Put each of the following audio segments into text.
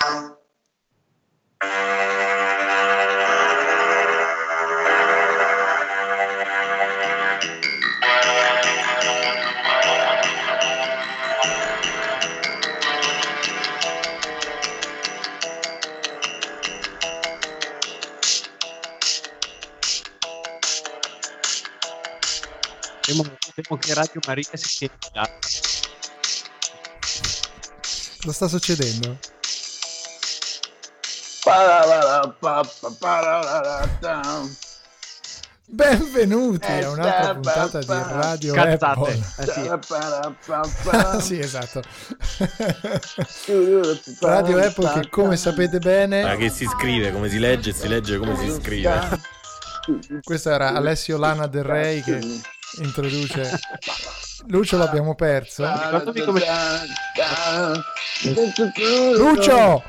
Temo che Radio Maria si chieda. Cosa sta succedendo? Benvenuti a un'altra puntata di Radio Apple. Sì, esatto. Radio Apple che, come sapete bene, che si scrive, come si legge come si scrive. Questo era Alessio Lana Del Rey che introduce. Lucio l'abbiamo perso. Lucio!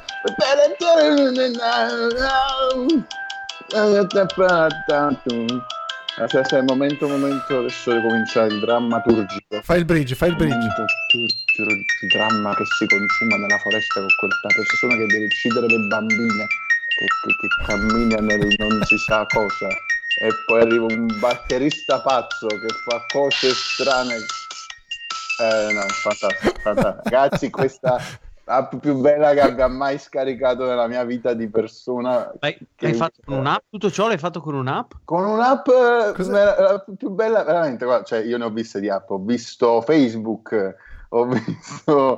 Adesso è il momento adesso di cominciare il drammaturgico. Fai il bridge. Il dramma che si consuma nella foresta con quella persona che deve uccidere le bambine che cammina nel non si sa cosa, e poi arriva un batterista pazzo che fa cose strane. No, fantastico. Ragazzi, questa l'app più bella che abbia mai scaricato nella mia vita di persona. Hai fatto con un'app? Tutto ciò l'hai fatto con un'app? Con un'app la più bella, veramente. Guarda, cioè, io ne ho viste di app. Ho visto Facebook, ho visto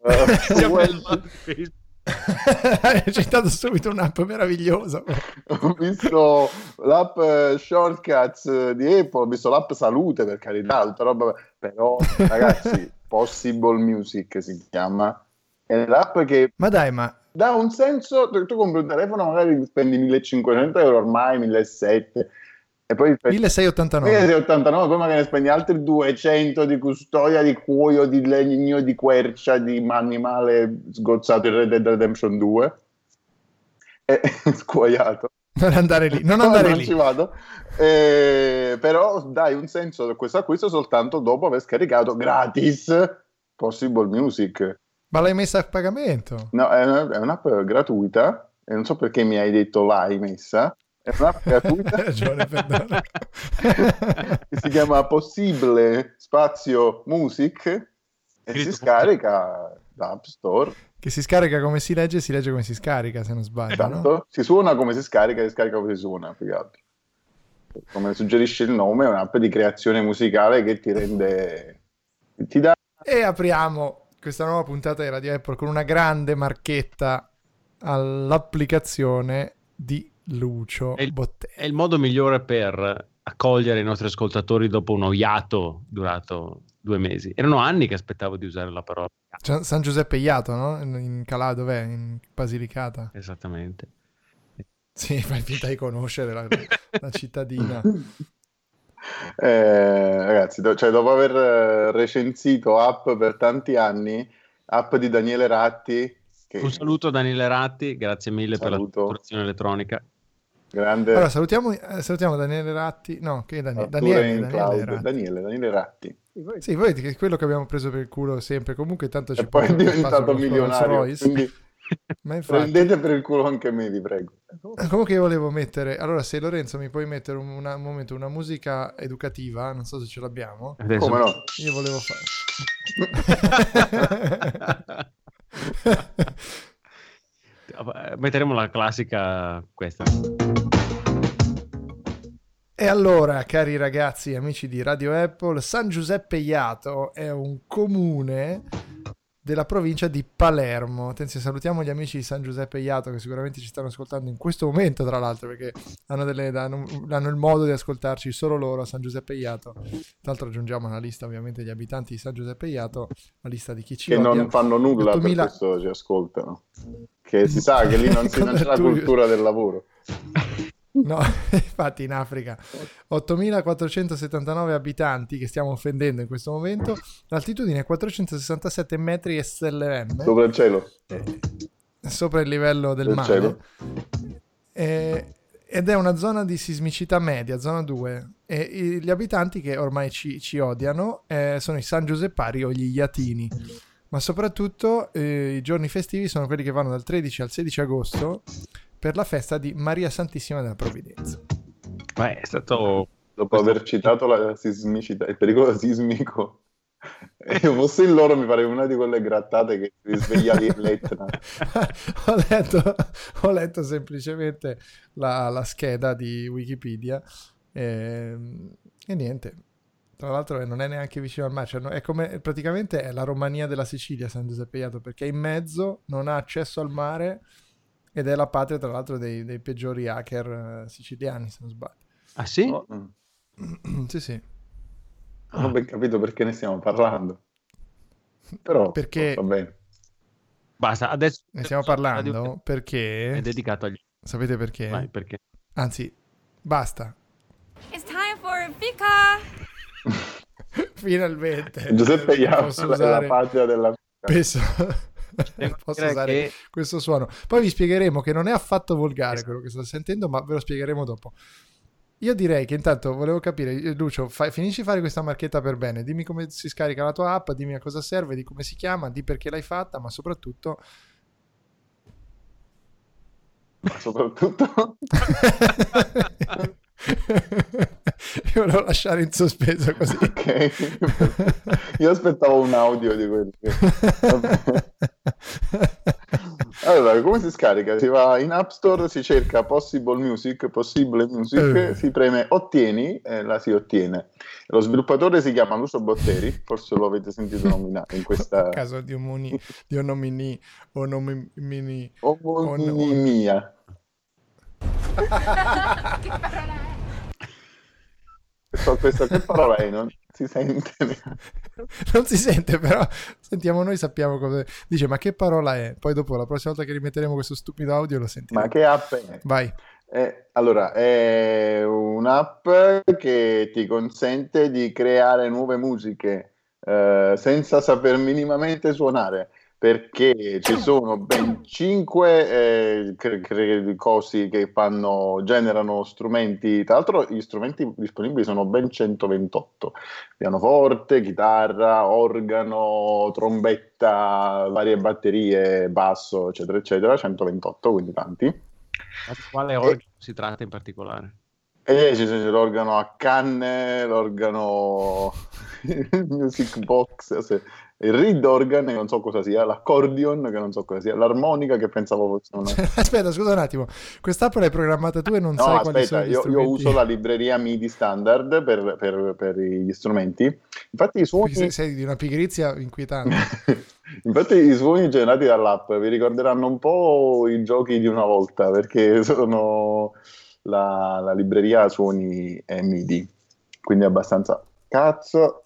hai citato subito un'app meravigliosa. Ho visto l'app Shortcuts di Apple, ho visto l'app Salute, per carità, altra roba, però ragazzi, Possible Music si chiama, è l'app che dà un senso. Tu compri un telefono, magari spendi 1.500 euro, ormai 1.700, e poi 1.689, poi magari spendi altri 200 di custodia, di cuoio, di legno, di quercia, di animale sgozzato in Red Dead Redemption 2 scuoiato. Non andare lì. Ci vado. Però dai un senso a questo acquisto soltanto dopo aver scaricato gratis Possible Music. Ma l'hai messa a pagamento? No, è un'app gratuita e non so perché mi hai detto l'hai messa. È un'app gratuita. Hai ragione, perdono. Che si chiama Possible Spazio Music e si scarica da App Store. Che si scarica come si legge come si scarica, se non sbaglio. Esatto. No? Si suona come si scarica e si scarica come si suona, più che altro. Come suggerisce il nome, è un'app di creazione musicale che ti rende... ti dà... E apriamo questa nuova puntata di Radio Apple con una grande marchetta all'applicazione di Lucio Bottega. È il modo migliore per accogliere i nostri ascoltatori dopo uno iato durato 2 mesi. Erano anni che aspettavo di usare la parola San Giuseppe Iato, no? In Calà, dov'è? In Basilicata. Esattamente. Sì, fai finta di conoscere la cittadina. Ragazzi, cioè, dopo aver recensito app per tanti anni, app di Daniele Ratti, un saluto a Daniele Ratti, grazie mille per la fatturazione elettronica. Grande. Allora salutiamo Daniele Ratti. No, che è Daniele Ratti. Sì, voi che è quello che abbiamo preso per il culo sempre. Comunque tanto ci e poi è diventato milionario, quindi ma infatti, prendete per il culo anche me, vi prego. Comunque io volevo mettere, allora, se Lorenzo mi puoi mettere un momento una musica educativa, non so se ce l'abbiamo. Adesso. Come no? Io volevo fare metteremo la classica questa. E allora, cari ragazzi, amici di Radio Apple, San Giuseppe Iato è un comune della provincia di Palermo. Attenzione, salutiamo gli amici di San Giuseppe Iato che sicuramente ci stanno ascoltando in questo momento, tra l'altro, perché hanno il modo di ascoltarci solo loro a San Giuseppe Iato. Tra l'altro aggiungiamo alla lista ovviamente gli abitanti di San Giuseppe Iato, la lista di chi ci che odia. Non fanno nulla 8000... per questo ci ascoltano, che si sa che lì non c'è la cultura del lavoro. No, infatti in Africa 8.479 abitanti che stiamo offendendo in questo momento, l'altitudine è 467 metri SLM sopra il cielo, sopra il livello del mare, ed è una zona di sismicità media, zona 2, e gli abitanti che ormai ci odiano sono i San Giuseppari o gli Iatini. ma soprattutto i giorni festivi sono quelli che vanno dal 13 al 16 agosto per la festa di Maria Santissima della Provvidenza. Beh, è stato... Dopo aver citato la sismicità, il pericolo sismico, io fossi in loro mi pare una di quelle grattate che si sveglia lì l'Etna. ho letto semplicemente la scheda di Wikipedia e niente. Tra l'altro non è neanche vicino al mare, cioè è come praticamente è la Romania della Sicilia, San Giuseppe Jato, perché è in mezzo, non ha accesso al mare ed è la patria tra l'altro dei peggiori hacker siciliani, se non sbaglio. Ah sì? No, Sì, sì. non ho ben capito perché ne stiamo parlando. Però Perché va bene. Basta, adesso... ne stiamo parlando? Perché... È dedicato agli... Sapete perché? Vai, perché? Anzi, basta. It's time for Fika! Finalmente. Giuseppe Posso Iappo è la usare... patria della... Posso Devo posso dire usare che- questo suono. Poi vi spiegheremo che non è affatto volgare quello che state sentendo, ma ve lo spiegheremo dopo. Io direi che intanto volevo capire, Lucio, finisci di fare questa marchetta per bene, dimmi come si scarica la tua app, dimmi a cosa serve, di come si chiama, di perché l'hai fatta, ma soprattutto... Soprattutto... Io volevo lasciare in sospeso così. Ok, io aspettavo un audio di quelli. Allora, come si scarica? Si va in App Store, si cerca Possible Music, si preme Ottieni e la si ottiene. Lo sviluppatore si chiama Lucio Botteri, forse lo avete sentito nominare in questa... A caso di un nomini o nomini... Omonimia. Questo che parola è? Non si sente. Non si sente, però sentiamo noi, sappiamo cosa dice, ma che parola è? Poi dopo, la prossima volta che rimetteremo questo stupido audio lo sentiremo. Ma che app è? Vai. Allora, è un'app che ti consente di creare nuove musiche senza saper minimamente suonare, perché ci sono ben 5 cosi che generano strumenti. Tra l'altro gli strumenti disponibili sono ben 128: pianoforte, chitarra, organo, trombetta, varie batterie, basso, eccetera eccetera, 128, quindi tanti. Ma di quale organo si tratta in particolare? C'è l'organo a canne, l'organo il music box, il reed organ che non so cosa sia, l'accordion che non so cosa sia, l'armonica che pensavo fosse una... Aspetta, scusa un attimo, quest'app l'hai programmata tu e non sai quali sono gli io strumenti? uso la libreria MIDI standard per gli strumenti. Infatti i suoni... Sei di una pigrizia inquietante. Infatti i suoni generati dall'app vi ricorderanno un po' i giochi di una volta, perché sono la libreria suoni MIDI, quindi è abbastanza... Cazzo...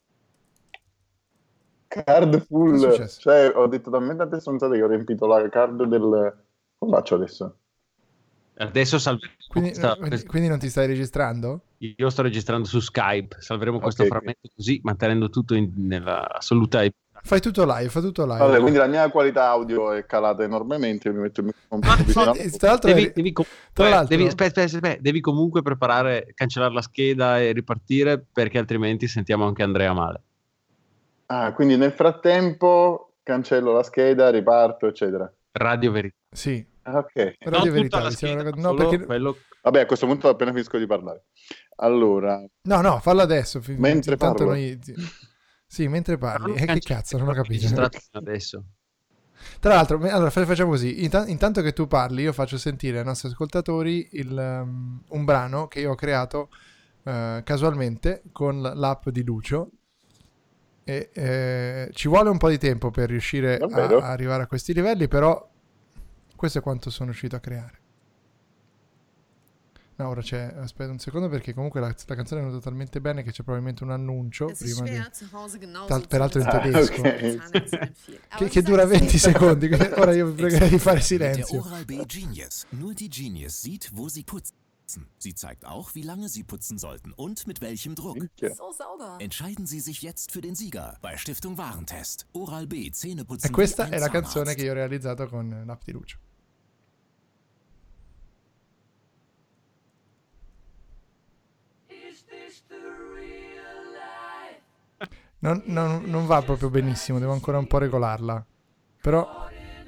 Card Cosa è full, successo? cioè ho detto talmente tante stronzate che ho riempito la card del... Come faccio adesso? Adesso salveremo Quindi non ti stai registrando? Io sto registrando su Skype, salveremo questo Ok. frammento così, mantenendo tutto nella assoluta... Fai tutto live, fa tutto live. Vabbè, quindi la mia qualità audio è calata enormemente, mi metto il microfono un po' più vicino. Tra l'altro, tra l'altro- aspetta, devi comunque preparare, cancellare la scheda e ripartire, perché altrimenti sentiamo anche Andrea male. Ah, quindi nel frattempo cancello la scheda, riparto, eccetera. Radio Verità. Sì, Ok. Radio Non Verità. tutta la diciamo scheda, una cosa- solo no, perché... quello... Vabbè, a questo punto appena finisco di parlare. Allora, no, fallo adesso. Mentre intanto parlo? Sì, mentre parli. Che cazzo, non ho capito. Registrato adesso. Tra l'altro, allora facciamo così. Intanto che tu parli, io faccio sentire ai nostri ascoltatori un brano che io ho creato casualmente con l'app di Lucio. E ci vuole un po' di tempo per riuscire a Davvero? arrivare a questi livelli, però questo è quanto sono riuscito a creare. No, ora c'è, aspetta un secondo, perché comunque la canzone è venuta talmente bene che c'è probabilmente un annuncio prima di... peraltro in tedesco. Che dura 20 secondi. Ora io vi pregherei di fare Mit der silenzio. Oral-B Genius. Nur die Genius sieht, wo Sie putzen. Sie zeigt auch, wie lange Sie putzen sollten und mit welchem Druck. minchia. So sauber. Entscheiden Sie sich jetzt für den Sieger bei Stiftung Warentest. Oral-B Zähneputzen E questa wie è ein la canzone Zahnarzt. che io ho realizzato con l'app di Lucio. non va proprio benissimo, devo ancora un po' regolarla. Però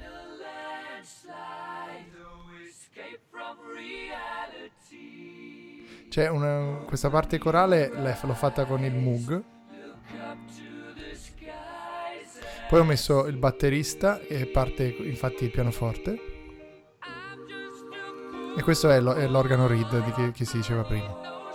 c'è questa parte corale l'ho fatta con il Moog. Poi ho messo il batterista e parte infatti il pianoforte. E questo è l'organo reed di che si diceva prima.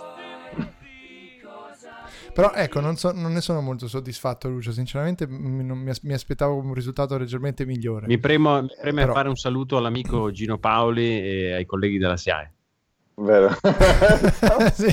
Però ecco, non ne sono molto soddisfatto, Lucio. Sinceramente mi aspettavo un risultato leggermente migliore. Mi preme però... fare un saluto all'amico Gino Paoli e ai colleghi della SIAE. Vero. Sì.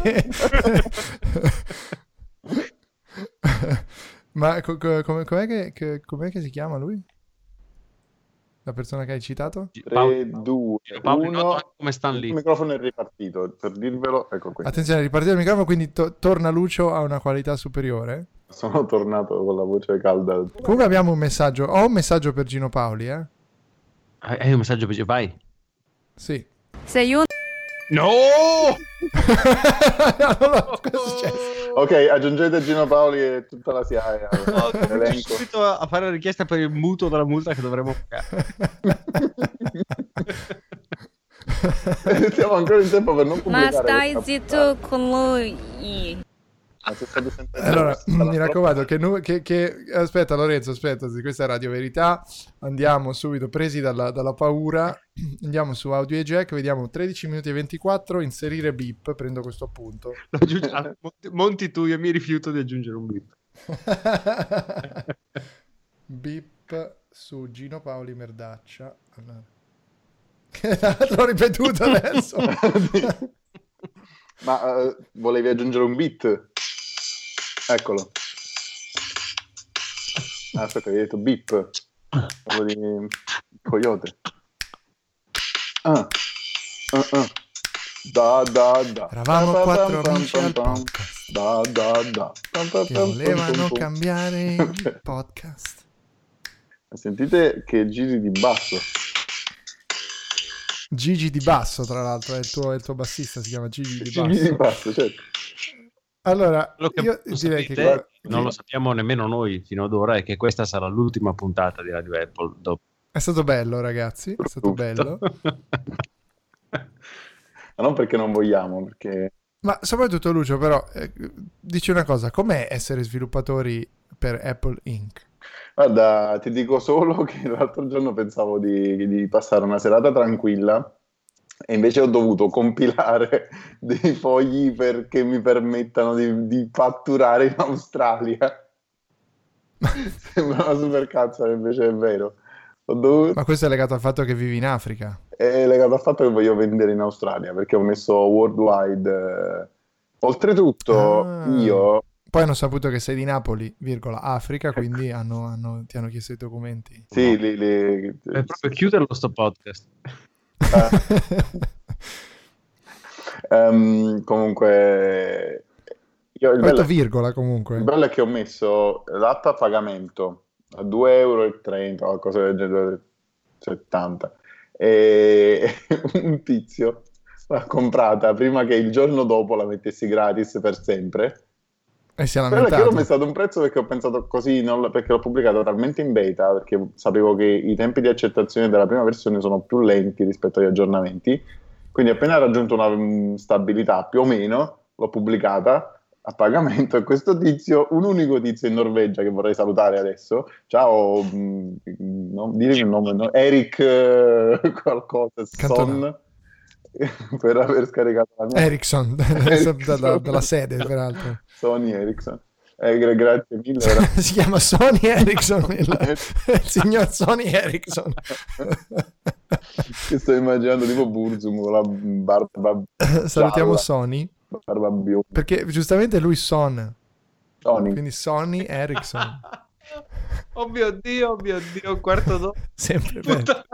Ma com'è che si chiama lui? La persona che hai citato? 3, 2, Paoli, 1. Come stanno lì? Il microfono è ripartito, per dirvelo, ecco qui. Attenzione, ripartire il microfono, quindi torna Lucio a una qualità superiore. Sono tornato con la voce calda. Comunque abbiamo un messaggio. Ho un messaggio per Gino Paoli, eh? Hai un messaggio per vai. Sì. Sei un... No! Cosa è successo? Ok, aggiungete Gino Paoli e tutta la SIAE all'elenco. Subito a fare la richiesta per il mutuo della multa che dovremo pagare. Siamo ancora in tempo per non Ma pubblicare stai questa zitto con lui. Ma se state sentendo Allora, questa, mi raccomando che aspetta Lorenzo, aspetta, questa è Radio Verità, andiamo subito presi dalla paura, andiamo su Audio e Jack, vediamo 13 minuti e 24, inserire beep, prendo questo appunto. Monti tu, io mi rifiuto di aggiungere un beep. Beep su Gino Paoli Merdaccia. Allora. L'ho ripetuto adesso. Ma volevi aggiungere un beat? Eccolo. Aspetta, hai detto beep. Quello di Coyote. Da. Eravamo quattro amici al podcast Da. che volevano cambiare il podcast. Sentite che giri di basso. Gigi Di Basso, tra l'altro, è il tuo bassista, si chiama Gigi Di Basso. Giri di basso, certo. Allora, Quello che io non direi sapete, che non lo sappiamo nemmeno noi fino ad ora, è che questa sarà l'ultima puntata di Radio Apple. Dopo. è stato bello, ragazzi, è stato bello. Ma non perché non vogliamo, perché... Ma soprattutto, Lucio, però, dici una cosa, com'è essere sviluppatori per Apple Inc.? Guarda, ti dico solo che l'altro giorno pensavo di passare una serata tranquilla e invece ho dovuto compilare dei fogli perché mi permettano di fatturare in Australia. Sembra una supercazzola, invece è vero. Ma questo è legato al fatto che vivi in Africa? È legato al fatto che voglio vendere in Australia perché ho messo worldwide. Oltretutto, io... Poi hanno saputo che sei di Napoli, Africa, quindi ti hanno chiesto i documenti. Sì, È proprio chiuderlo sto podcast. Comunque... Ho detto virgola comunque. Il bello è che ho messo l'app a pagamento a 2,30 € o qualcosa del genere, 70. E un tizio l'ha comprata prima che il giorno dopo la mettessi gratis per sempre. E si è Però lamentato. io l'ho messo ad un prezzo perché ho pensato così, perché l'ho pubblicata talmente in beta, perché sapevo che i tempi di accettazione della prima versione sono più lenti rispetto agli aggiornamenti. Quindi appena raggiunto una stabilità più o meno, l'ho pubblicata a pagamento e questo tizio, un unico tizio in Norvegia che vorrei salutare adesso, ciao, ditemi il nome, no? Eric qualcosa, Son, per aver scaricato la mia... Ericsson, dalla sede peraltro. Sony Ericsson. Grazie mille. Si chiama Sony Ericsson, il signor Sony Ericsson. Ti sto immaginando tipo Burzum con la barba Salutiamo gialla, Sony. barba bionda. Perché giustamente lui Son. Sony. Quindi Sony Ericsson. Oh mio Dio, quarto dopo. Sempre bello.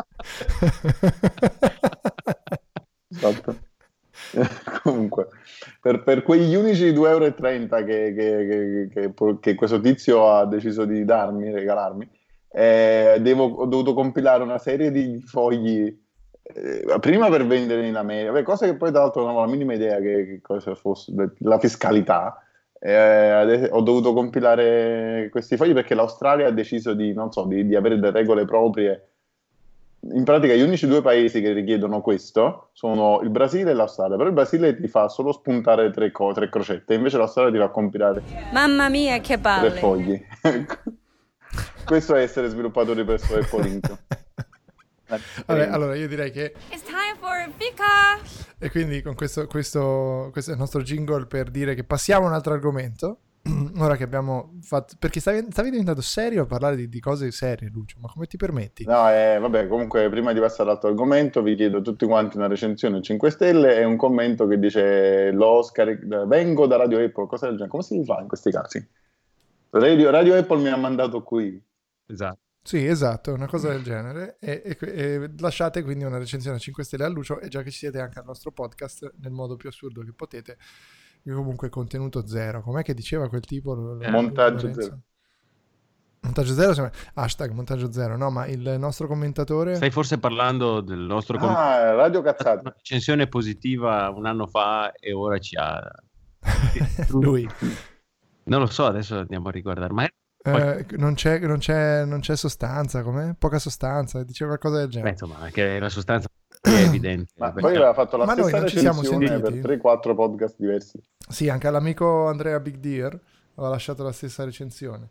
Esatto. Comunque, per quegli unici 2,30 € che questo tizio ha deciso di regalarmi, ho dovuto compilare una serie di fogli prima per vendere in America, cose che poi tra l'altro non avevo la minima idea che cosa fosse la fiscalità, Ho dovuto compilare questi fogli perché l'Australia ha deciso di, non so, di avere delle regole proprie. In pratica gli unici due paesi che richiedono questo sono il Brasile e l'Australia, però il Brasile ti fa solo spuntare tre crocette, invece l'Australia ti fa compilare Mamma mia, che 3 palle. fogli. Questo è essere sviluppatori presso Apple Inc. Vabbè, allora io direi che It's time for Fika. e quindi con questo è il nostro jingle per dire che passiamo a un altro argomento. Ora che abbiamo fatto, perché stavi diventando serio a parlare di cose serie, Lucio, ma come ti permetti? No, vabbè, comunque prima di passare all'altro argomento vi chiedo tutti quanti una recensione 5 stelle e un commento che dice vengo da Radio Apple, cosa del genere. Come si fa in questi casi? Radio Apple mi ha mandato qui. Esatto. Sì, esatto, una cosa del genere. E lasciate quindi una recensione a 5 stelle a Lucio, e già che ci siete anche al nostro podcast nel modo più assurdo che potete. Io comunque contenuto zero. Com'è che diceva quel tipo? Montaggio zero. Montaggio zero? Hashtag montaggio zero. No, ma il nostro commentatore... Stai forse parlando del nostro Radio Cazzate. una recensione positiva un anno fa e ora ci ha... Lui. Non lo so, adesso andiamo a riguardare. Ma non c'è sostanza, com'è? Poca sostanza, diceva qualcosa del genere. insomma, anche la sostanza è evidente. Ma poi aveva fatto la Ma noi stessa non ci siamo recensione per sentiti? 3-4 podcast diversi. Sì, anche all'amico Andrea Big Deer aveva lasciato la stessa recensione.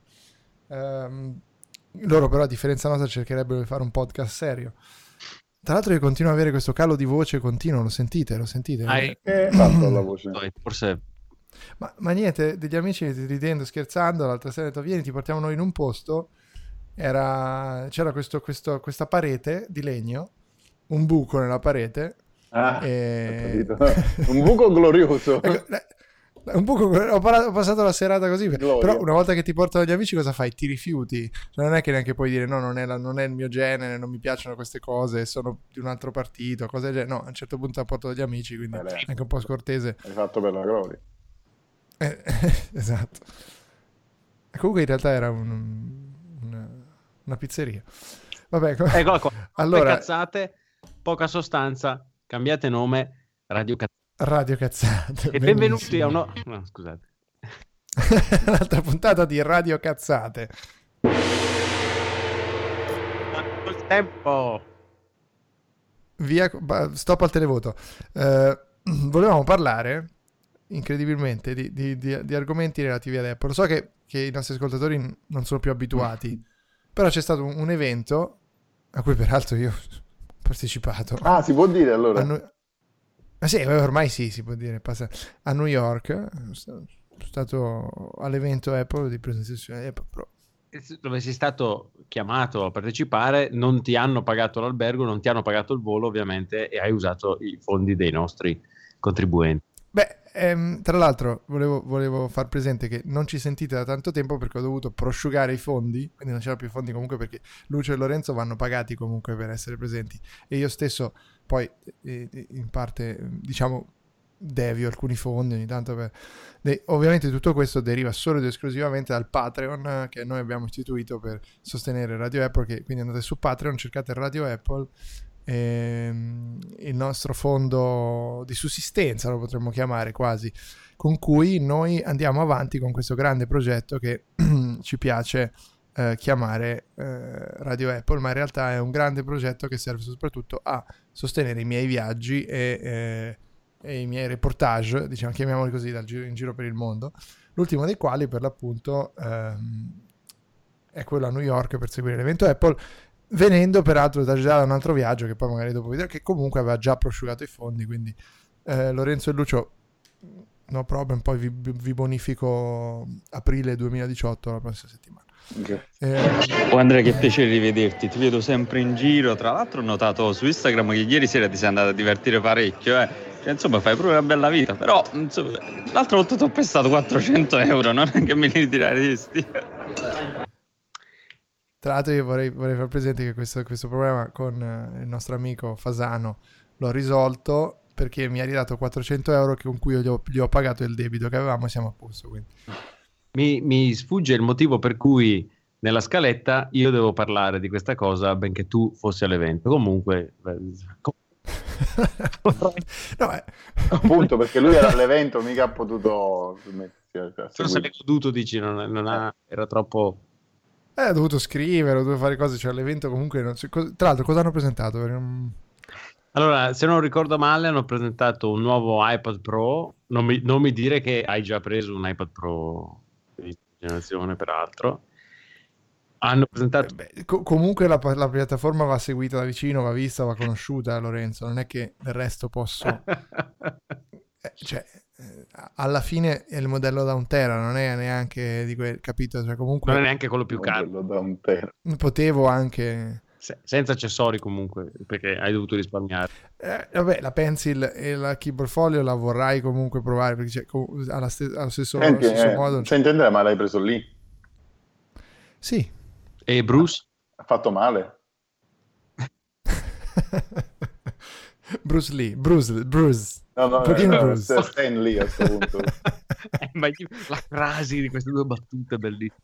Loro però a differenza nostra cercherebbero di fare un podcast serio. Tra l'altro io continuo ad avere questo calo di voce continuo, lo sentite? Fatto la voce. Forse Ma niente, degli amici ridendo, scherzando, l'altra sera ho detto vieni, ti portiamo noi in un posto. C'era questa parete di legno, un buco nella parete. Ho capito. Un buco glorioso. Un buco, ho passato la serata così. Gloria. Però una volta che ti portano gli amici cosa fai? Ti rifiuti. Cioè, non è che neanche puoi dire no, non è il mio genere, non mi piacciono queste cose, sono di un altro partito, cose del genere. No, a un certo punto porto gli amici, quindi è anche un po' scortese. Hai fatto per la gloria. Esatto. E comunque in realtà era una pizzeria. Vabbè, eccola qua. Allora, cazzate, poca sostanza, cambiate nome, Radio Cazzate. Radio Cazzate. E benvenuti a no, scusate. Un'altra puntata di Radio Cazzate. Col tempo. Via, stop al televoto. Volevamo parlare incredibilmente di argomenti relativi ad Apple. So che i nostri ascoltatori non sono più abituati, però c'è stato un evento a cui peraltro io ho partecipato. Si può dire allora? Sì, ormai sì, si può dire. A New York, sono stato all'evento Apple di presentazione di Apple Pro. Dove sei stato chiamato a partecipare, non ti hanno pagato l'albergo, non ti hanno pagato il volo ovviamente, e hai usato i fondi dei nostri contribuenti. Beh, tra l'altro volevo far presente che non ci sentite da tanto tempo perché ho dovuto prosciugare i fondi, quindi non c'erano più fondi comunque, perché Lucio e Lorenzo vanno pagati comunque per essere presenti, e io stesso poi in parte diciamo devio alcuni fondi ogni tanto ovviamente tutto questo deriva solo ed esclusivamente dal Patreon che noi abbiamo istituito per sostenere Radio Apple, che quindi andate su Patreon, cercate Radio Apple, il nostro fondo di sussistenza lo potremmo chiamare quasi, con cui noi andiamo avanti con questo grande progetto che ci piace chiamare Radio Apple, ma in realtà è un grande progetto che serve soprattutto a sostenere i miei viaggi e i miei reportage, diciamo, chiamiamoli così, in giro per il mondo, l'ultimo dei quali per l'appunto è quello a New York per seguire l'evento Apple, venendo peraltro da già un altro viaggio che poi magari dopo vedremo, che comunque aveva già prosciugato i fondi, quindi Lorenzo e Lucio no problem, poi vi bonifico aprile 2018 la prossima settimana. Andrea, che piacere rivederti, ti vedo sempre in giro. Tra l'altro ho notato su Instagram che ieri sera ti sei andato a divertire parecchio, Cioè, insomma fai proprio una bella vita, però insomma, l'altra volta ti ho prestato 400 euro, non è che me li ritireresti. Tra l'altro io vorrei far presente che questo problema con il nostro amico Fasano l'ho risolto, perché mi ha ridato 400 euro con cui io gli ho pagato il debito che avevamo e siamo a posto, quindi. Mi sfugge il motivo per cui nella scaletta io devo parlare di questa cosa benché tu fossi all'evento. Comunque No, Appunto, perché lui era all'evento, mica ha potuto mettersi a Non seguire. sarebbe goduto, dici, era troppo... ha dovuto scrivere, ho dovuto fare cose, cioè all'evento comunque non so, tra l'altro cosa hanno presentato? Perché Allora, se non ricordo male, hanno presentato un nuovo iPad Pro. Non mi dire che hai già preso un iPad Pro di generazione, peraltro. Hanno presentato... comunque la piattaforma va seguita da vicino, va vista, va conosciuta, Lorenzo, non è che del resto posso... alla fine è il modello da 1 tera, non è neanche di quel, capito? Cioè, comunque Non è neanche quello più caro. Da 1 tera. potevo anche... Senza accessori comunque, perché hai dovuto risparmiare. Vabbè, la Pencil e la Keyboard Folio la vorrai comunque provare, perché allo stesso Senti, modo... senza intendere, ma l'hai preso lì? Sì. E Bruce? Ha fatto male? Bruce Lee. No, Bruce. Stan Lee a questo punto. Ma la frase di queste 2 battute è bellissima.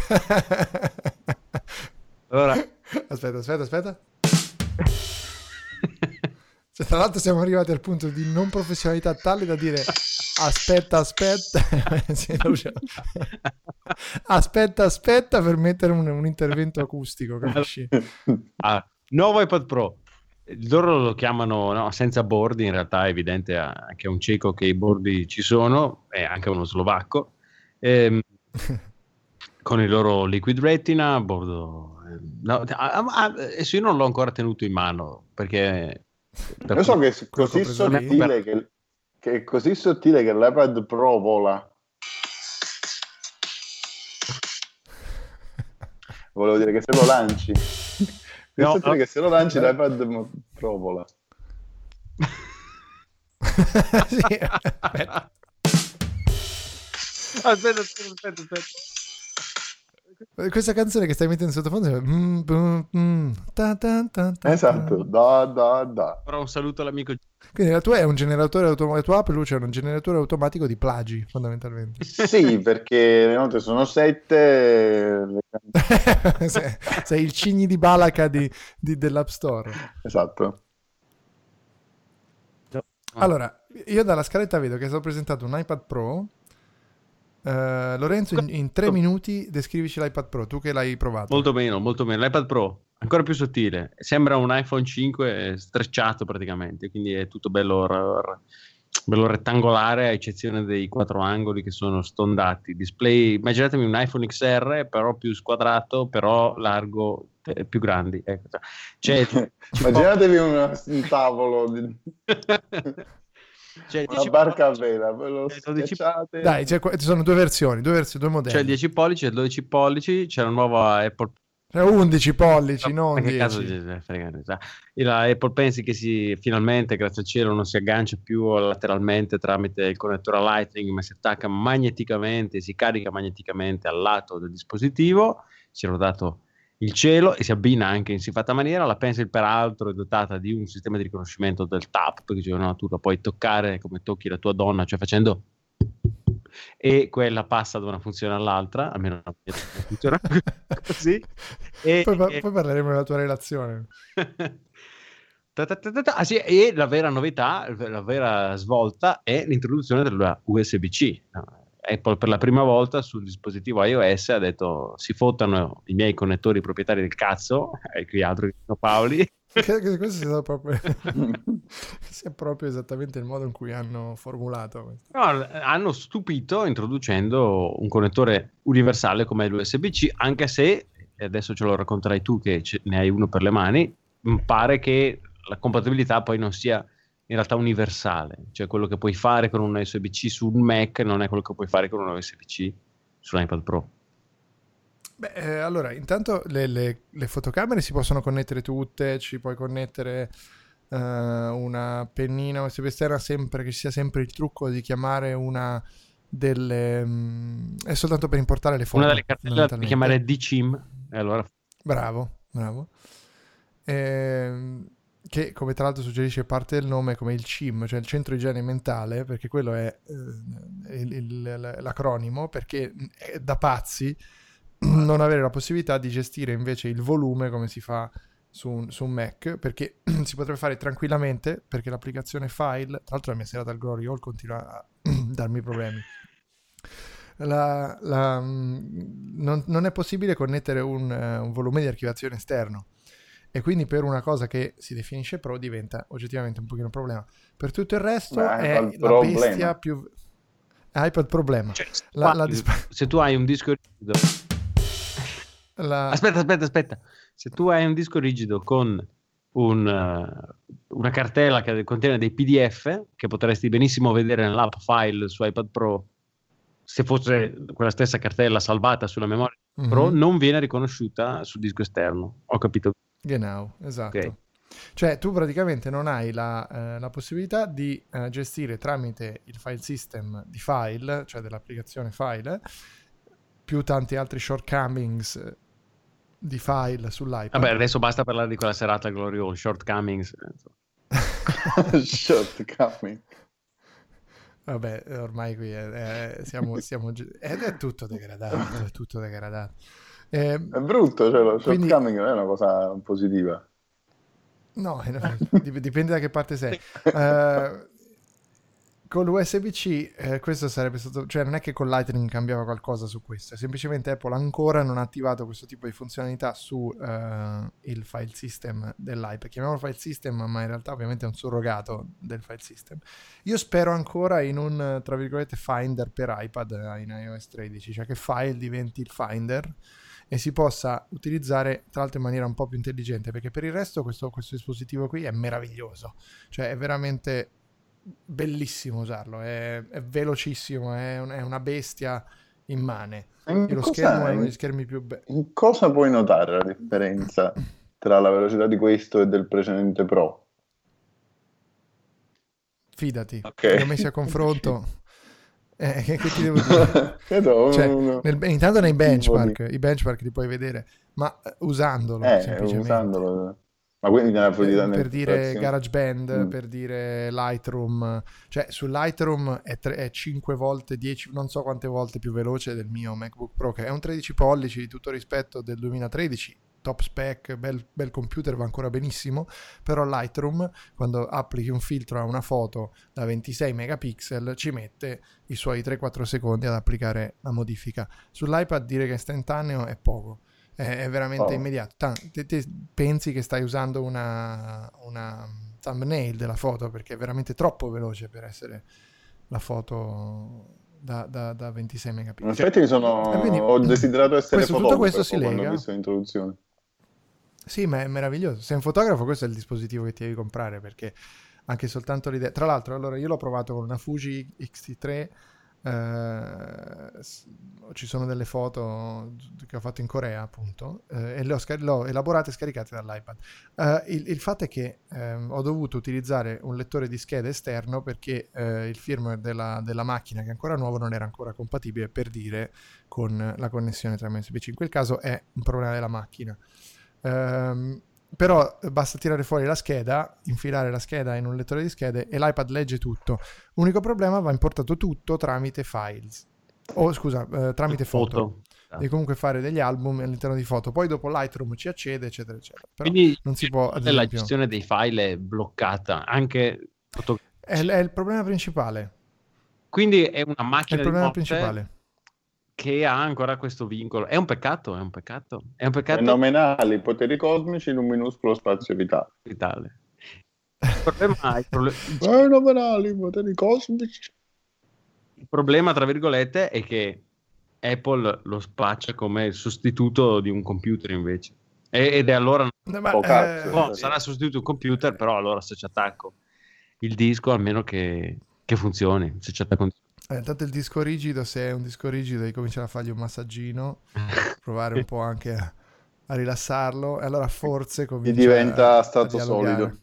Allora... Aspetta. Cioè, tra l'altro siamo arrivati al punto di non professionalità tale da dire aspetta Sì, aspetta per mettere un intervento acustico, capisci? Nuovo iPad Pro. Loro lo chiamano senza bordi, in realtà è evidente anche a un cieco che i bordi ci sono, e anche uno slovacco, con il loro Liquid Retina, bordo... adesso io non l'ho ancora tenuto in mano, perché... Io so che è così sottile che è così sottile che l'iPad Pro vola. Volevo dire che se lo lanci... che se lo lanci l'iPad Pro vola. Sì, Aspetta. Questa canzone che stai mettendo in sottofondo Esatto, da. Però un saluto all'amico. Quindi la tua è un generatore automatico, la tua Apple Luce è un generatore automatico di plagi, fondamentalmente. Sì, perché le note sono 7. Sei il Cigni di Balaca dell'App Store. Esatto. Allora, io dalla scaletta vedo che è stato presentato un iPad Pro. Lorenzo, in 3 minuti descrivici l'iPad Pro, tu che l'hai provato. Molto meno. L'iPad Pro, ancora più sottile. Sembra un iPhone 5 strecciato praticamente, quindi è tutto bello rettangolare, a eccezione dei 4 angoli che sono stondati. Display, immaginatevi un iPhone XR, però più squadrato, però largo, più grandi. Ecco. Immaginatevi un tavolo una barca a vela, ve lo schiacciate. Dai, ci sono 2 versioni, 2 modelli. C'è il 10 pollici e il 12 pollici, c'è la nuova Apple 11 pollici, non 10. La Apple Pencil che finalmente, grazie al cielo, non si aggancia più lateralmente tramite il connettore Lightning, ma si attacca magneticamente, si carica magneticamente al lato del dispositivo. Si è rodato il cielo e si abbina anche in siffatta maniera. La Pencil peraltro è dotata di un sistema di riconoscimento del tap, perché tu la puoi toccare come tocchi la tua donna, cioè facendo, e quella passa da una funzione all'altra, almeno non funziona così. Poi parleremo della tua relazione. Sì, e la vera novità, la vera svolta è l'introduzione della USB-C. Apple per la prima volta sul dispositivo iOS ha detto: si fottano i miei connettori proprietari del cazzo, e qui altro che Paoli. Questo sia proprio esattamente il modo in cui hanno formulato. No, hanno stupito introducendo un connettore universale come l'USB-C, anche se, e adesso ce lo racconterai tu che ne hai uno per le mani, pare che la compatibilità poi non sia in realtà universale, cioè quello che puoi fare con un USB-C su un Mac non è quello che puoi fare con un USB-C sull'iPad Pro. Beh, allora, intanto le fotocamere si possono connettere tutte, ci puoi connettere una pennina USB esterna, sempre che ci sia sempre il trucco di chiamare una delle... è soltanto per importare le foto. Una delle cartelle la devi chiamare DCIM, e allora... Bravo. Che come tra l'altro suggerisce parte del nome come il CIM, cioè il centro igiene mentale, perché quello è l'acronimo, perché è da pazzi non avere la possibilità di gestire invece il volume come si fa su un Mac, perché si potrebbe fare tranquillamente, perché l'applicazione file, tra l'altro la mia serata al Glory Hall continua a darmi problemi. Non è possibile connettere un volume di archiviazione esterno, e quindi per una cosa che si definisce Pro diventa oggettivamente un pochino un problema. Per tutto il resto è la bestia più... iPad problema. Cioè, Se tu hai un disco rigido... Aspetta. Se tu hai un disco rigido con una cartella che contiene dei PDF che potresti benissimo vedere nell'app file su iPad Pro, se fosse quella stessa cartella salvata sulla memoria Pro, non viene riconosciuta sul disco esterno. Ho capito? Genau, esatto. Okay. Cioè tu praticamente non hai la possibilità di gestire tramite il file system di file, cioè dell'applicazione file, più tanti altri shortcomings di file sull'iPad. Vabbè, adesso basta parlare di quella serata Glory Hall, shortcomings. Shortcoming. Vabbè, ormai qui siamo è tutto degradato, è tutto degradato. È brutto, cioè lo shortcoming non è una cosa positiva. No, dipende da che parte sei. Con l'USB-C questo sarebbe stato... Cioè non è che con Lightning cambiava qualcosa su questo, semplicemente Apple ancora non ha attivato questo tipo di funzionalità su il file system dell'iPad. Chiamiamolo file system, ma in realtà ovviamente è un surrogato del file system. Io spero ancora in un, tra virgolette, Finder per iPad in iOS 13, cioè che file diventi il Finder e si possa utilizzare tra l'altro in maniera un po' più intelligente, perché per il resto questo dispositivo qui è meraviglioso, cioè è veramente bellissimo usarlo, è velocissimo, è una bestia immane. E lo schermo è uno degli schermi più belli. In cosa puoi notare la differenza tra la velocità di questo e del precedente Pro? Fidati, Okay. li ho messi a confronto. Che ti devo dire? Cioè, intanto nei benchmark, i benchmark li puoi vedere, ma usandolo semplicemente. Usandolo. Ma quindi per dire GarageBand, per dire Lightroom, cioè su Lightroom è 5 volte, 10, non so quante volte più veloce del mio MacBook Pro, che è un 13 pollici di tutto rispetto del 2013, top spec, bel computer, va ancora benissimo, però Lightroom quando applichi un filtro a una foto da 26 megapixel ci mette i suoi 3-4 secondi ad applicare la modifica. Sull'iPad dire che è istantaneo è poco. È veramente immediato. Te pensi che stai usando una thumbnail della foto, perché è veramente troppo veloce per essere la foto da 26 megapixel. In effetti ho desiderato essere fotografo. Tutto questo si lega. Ho visto l'introduzione. Sì, ma è meraviglioso. Sei un fotografo, questo è il dispositivo che ti devi comprare, perché anche soltanto l'idea... Tra l'altro, allora io l'ho provato con una Fuji X-T3. Ci sono delle foto che ho fatto in Corea appunto e le ho elaborate e scaricate dall'iPad. Il fatto è che ho dovuto utilizzare un lettore di schede esterno perché il firmware della macchina, che è ancora nuovo, non era ancora compatibile, per dire, con la connessione tra USB-C. In quel caso è un problema della macchina, però basta tirare fuori la scheda, infilare la scheda in un lettore di schede e l'iPad legge tutto. L'unico problema, va importato tutto tramite files, tramite foto. Devi comunque fare degli album all'interno di foto, poi dopo Lightroom ci accede, eccetera eccetera. Però quindi non si può, ad esempio, la gestione dei file è bloccata anche è il problema principale. Quindi è una macchina è il problema principale che ha ancora questo vincolo. È un peccato. Fenomenali, poteri cosmici in un minuscolo spazio vitale. Fenomenali, poteri cosmici. Il problema, tra virgolette, è che Apple lo spaccia come il sostituto di un computer invece. Ed è allora... sarà sostituto un computer, però allora se ci attacco il disco, almeno che funzioni. Se ci attacco tanto il disco rigido, se è un disco rigido devi cominciare a fargli un massaggino, provare un po' anche a rilassarlo, e allora forse comincia diventa stato solido.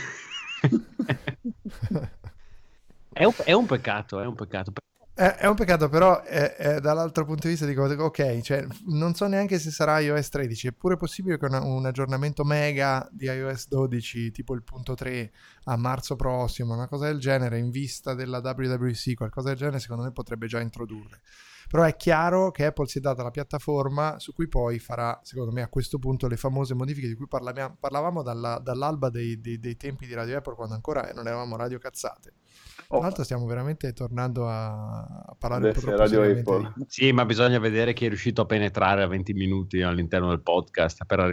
È un peccato. È un peccato, però dall'altro punto di vista dico, ok, cioè, non so neanche se sarà iOS 13, è pure possibile che un aggiornamento mega di iOS 12, tipo il punto 3 a marzo prossimo, una cosa del genere, in vista della WWDC, qualcosa del genere secondo me potrebbe già introdurre. Però è chiaro che Apple si è data la piattaforma su cui poi farà, secondo me, a questo punto le famose modifiche di cui parlavamo dall'alba dei tempi di Radio Apple, quando ancora non eravamo radio cazzate. Tra l'altro stiamo veramente tornando a parlare un po' troppo Radio seriamente Apple. Sì, ma bisogna vedere chi è riuscito a penetrare a 20 minuti all'interno del podcast per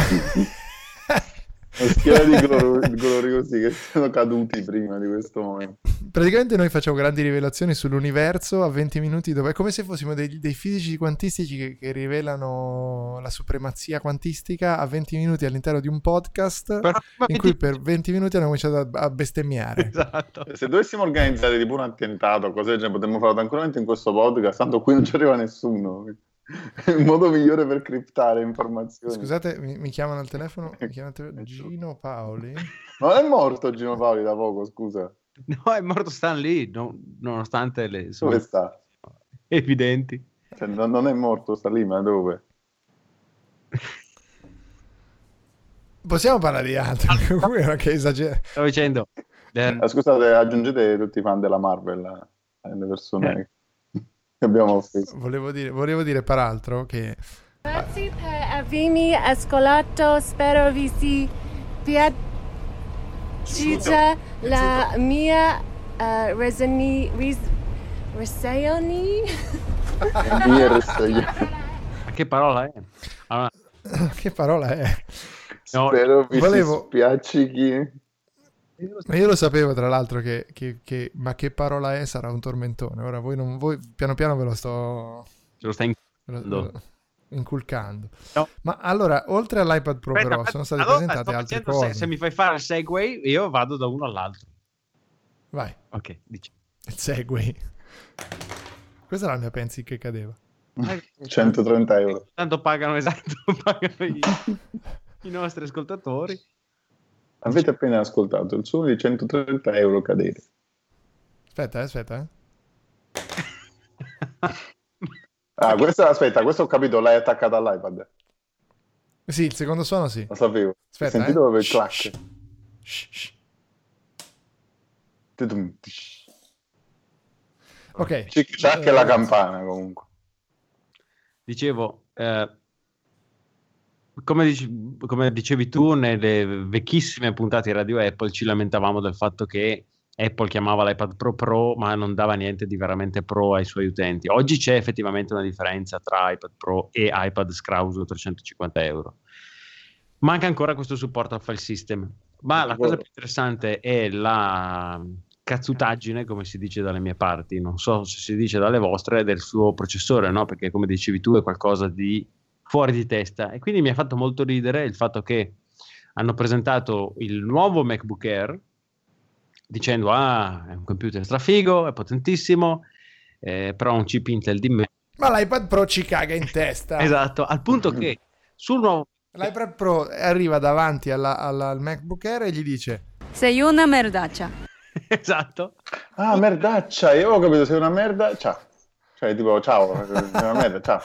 Una schiera di gloriosi che sono caduti prima di questo momento. Praticamente noi facciamo grandi rivelazioni sull'universo a 20 minuti, dove è come se fossimo dei fisici quantistici che rivelano la supremazia quantistica a 20 minuti all'interno di un podcast in cui per 20 minuti hanno cominciato a bestemmiare. Esatto. Se dovessimo organizzare tipo un attentato, cose del genere, potremmo farlo tranquillamente in questo podcast, tanto qui non ci arriva nessuno. È il modo migliore per criptare informazioni. Scusate, mi chiamano al telefono, Gino Paoli. Ma non è morto Gino Paoli da poco, scusa. No, è morto Stan Lee, nonostante le Dove sue sta? evidenti. Cioè, non è morto, sta lì, ma dove? Possiamo parlare di altro, comunque che esagera. Stavo dicendo, Scusate, aggiungete tutti i fan della Marvel, le persone che abbiamo offeso. Volevo dire peraltro che Grazie per avermi ascoltato, spero vi sia piaciuta la mia resegnoni. ma che parola è? Allora, che parola è? no, Spero vi volevo- spiaci chi... Ma io lo sapevo tra l'altro che ma che parola è sarà un tormentone. Ora voi piano piano ve lo sto ce lo stai ve lo inculcando. No. Ma allora, oltre all'iPad Pro però sono state allora, presentate sto altre facendo cose. se mi fai fare il segue, io vado da uno all'altro. Vai, Ok, dici. il Segway. Questa era la mia Pensi che cadeva. 130 euro. Tanto pagano i nostri ascoltatori. Avete appena ascoltato il suono di 130 euro cadere. Aspetta. Ah, aspetta, questo ho capito, l'hai attaccata all'iPad. Sì, il secondo suono sì. Lo sapevo. Aspetta, Ho sentito proprio il Shh, clack. shh. Tudum. Ok. C'è anche la campana comunque. Dicevo, come dicevi tu, nelle vecchissime puntate di Radio Apple ci lamentavamo del fatto che Apple chiamava l'iPad Pro, ma non dava niente di veramente pro ai suoi utenti. Oggi c'è effettivamente una differenza tra iPad Pro e iPad scrauso 350 euro. Manca ancora questo supporto al file system, ma la cosa più interessante è la cazzutaggine, come si dice dalle mie parti, non so se si dice dalle vostre, del suo processore, no? Perché come dicevi tu è qualcosa di fuori di testa, e quindi mi ha fatto molto ridere il fatto che hanno presentato il nuovo MacBook Air dicendo è un computer strafigo, è potentissimo, però ha un chip Intel di me. Ma l'iPad Pro ci caga in testa. Esatto, al punto che sul nuovo L'iPad Pro arriva davanti al MacBook Air e gli dice Sei una merdaccia. esatto. Ah, merdaccia, io ho capito, sei una merda. Ciao. Cioè, tipo, ciao, sei una merda, ciao.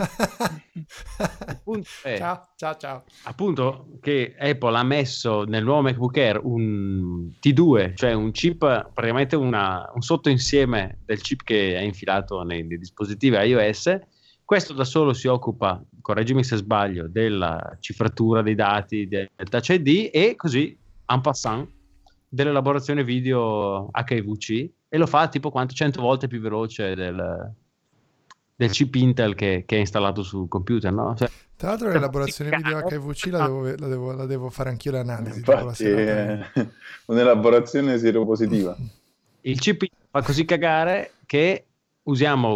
Il punto è, ciao. appunto, che Apple ha messo nel nuovo MacBook Air un T2, cioè un chip, praticamente un sottoinsieme del chip che è infilato nei dispositivi iOS. Questo da solo si occupa, correggimi se sbaglio, della cifratura dei dati del Touch ID e così, en passant, dell'elaborazione video HEVC, e lo fa tipo 100 volte più veloce del chip Intel che è installato sul computer, no? Cioè, tra l'altro l'elaborazione video HEVC la devo fare anch'io l'analisi dopo la Infatti, serata. un'elaborazione sieropositiva. il chip fa così cagare che usiamo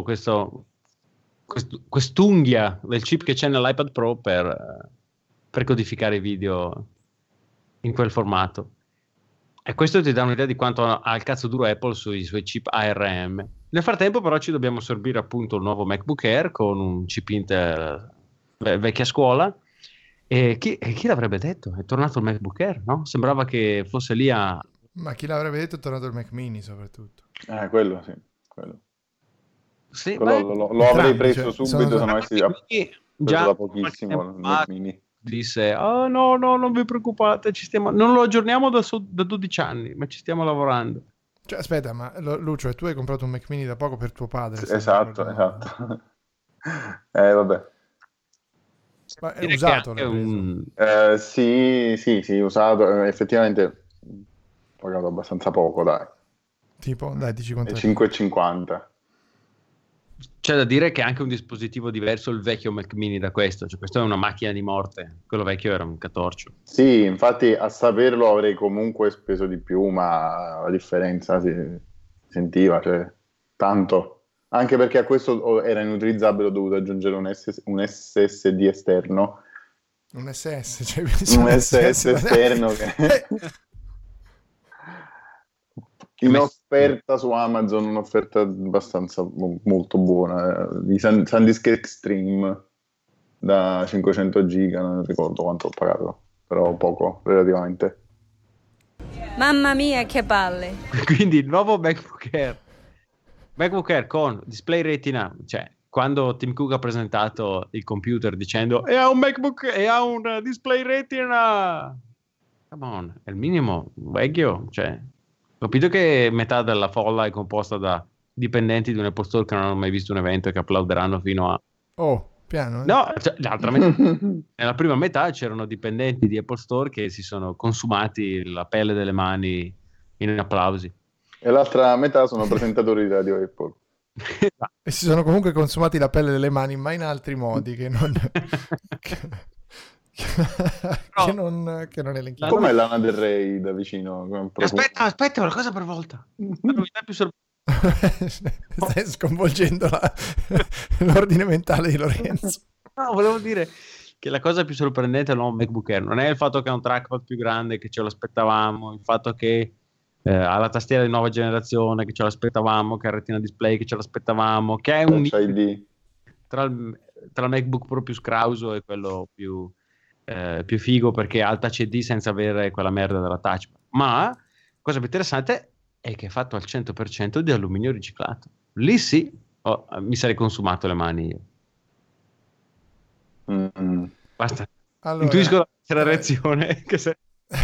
quest'unghia del chip che c'è nell'iPad Pro per codificare i video in quel formato. E questo ti dà un'idea di quanto ha il cazzo duro Apple sui suoi chip ARM. Nel frattempo però ci dobbiamo sorbire appunto il nuovo MacBook Air con un chip Intel vecchia scuola. E chi l'avrebbe detto? È tornato il MacBook Air, no? Sembrava che fosse lì a... Ma chi l'avrebbe detto è tornato il Mac Mini soprattutto. Quello sì, quello. Sì, Quello lo avrei preso cioè, subito se non avessi preso già da pochissimo il Mac Mini. disse no, non vi preoccupate, non lo aggiorniamo da 12 anni, ma ci stiamo lavorando. Cioè, aspetta, ma Lucio, tu hai comprato un Mac Mini da poco per tuo padre? Esatto. Vabbè. Ma è usato, l'hai preso? Sì, usato. Effettivamente ho pagato abbastanza poco, dai. Tipo, dai, dici quanto è? 5,50. C'è da dire che è anche un dispositivo diverso il vecchio Mac Mini da questo, cioè questo è una macchina di morte, quello vecchio era un catorcio. Sì, infatti a saperlo avrei comunque speso di più, ma la differenza si sentiva, cioè tanto. Anche perché a questo era inutilizzabile, ho dovuto aggiungere un SSD esterno. Un SS, cioè un SS esterno che... in offerta su Amazon, un'offerta abbastanza molto buona, di SanDisk Extreme da 500 giga, non ricordo quanto ho pagato, però poco relativamente. Mamma mia, che palle! Quindi il nuovo MacBook Air con display retina, cioè quando Tim Cook ha presentato il computer dicendo e ha un MacBook e ha un display retina, come on, è il minimo vecchio, cioè ho capito che metà della folla è composta da dipendenti di un Apple Store che non hanno mai visto un evento e che applauderanno fino a... Oh, piano, No, cioè, l'altra metà... Nella prima metà c'erano dipendenti di Apple Store che si sono consumati la pelle delle mani in applausi. E l'altra metà sono presentatori di Radio Apple. E si sono comunque consumati la pelle delle mani, ma in altri modi che non... che non elenchiamo. Com'è Lana Del Rey da vicino? Aspetta, una cosa per volta. La novità più Stai sconvolgendo l'ordine mentale di Lorenzo. No, volevo dire che la cosa più sorprendente del nuovo MacBook Air non è il fatto che ha un trackpad più grande, che ce lo aspettavamo, il fatto che ha la tastiera di nuova generazione, che ce l'aspettavamo, che ha il Retina Display, che ce l'aspettavamo, che è un ID tra il MacBook Pro più scrauso e quello più figo, perché ha il Touch ID senza avere quella merda della touch. Ma cosa più interessante è che è fatto al 100% di alluminio riciclato. Lì sì, mi sarei consumato le mani io. Basta. Allora, intuisco la reazione che se...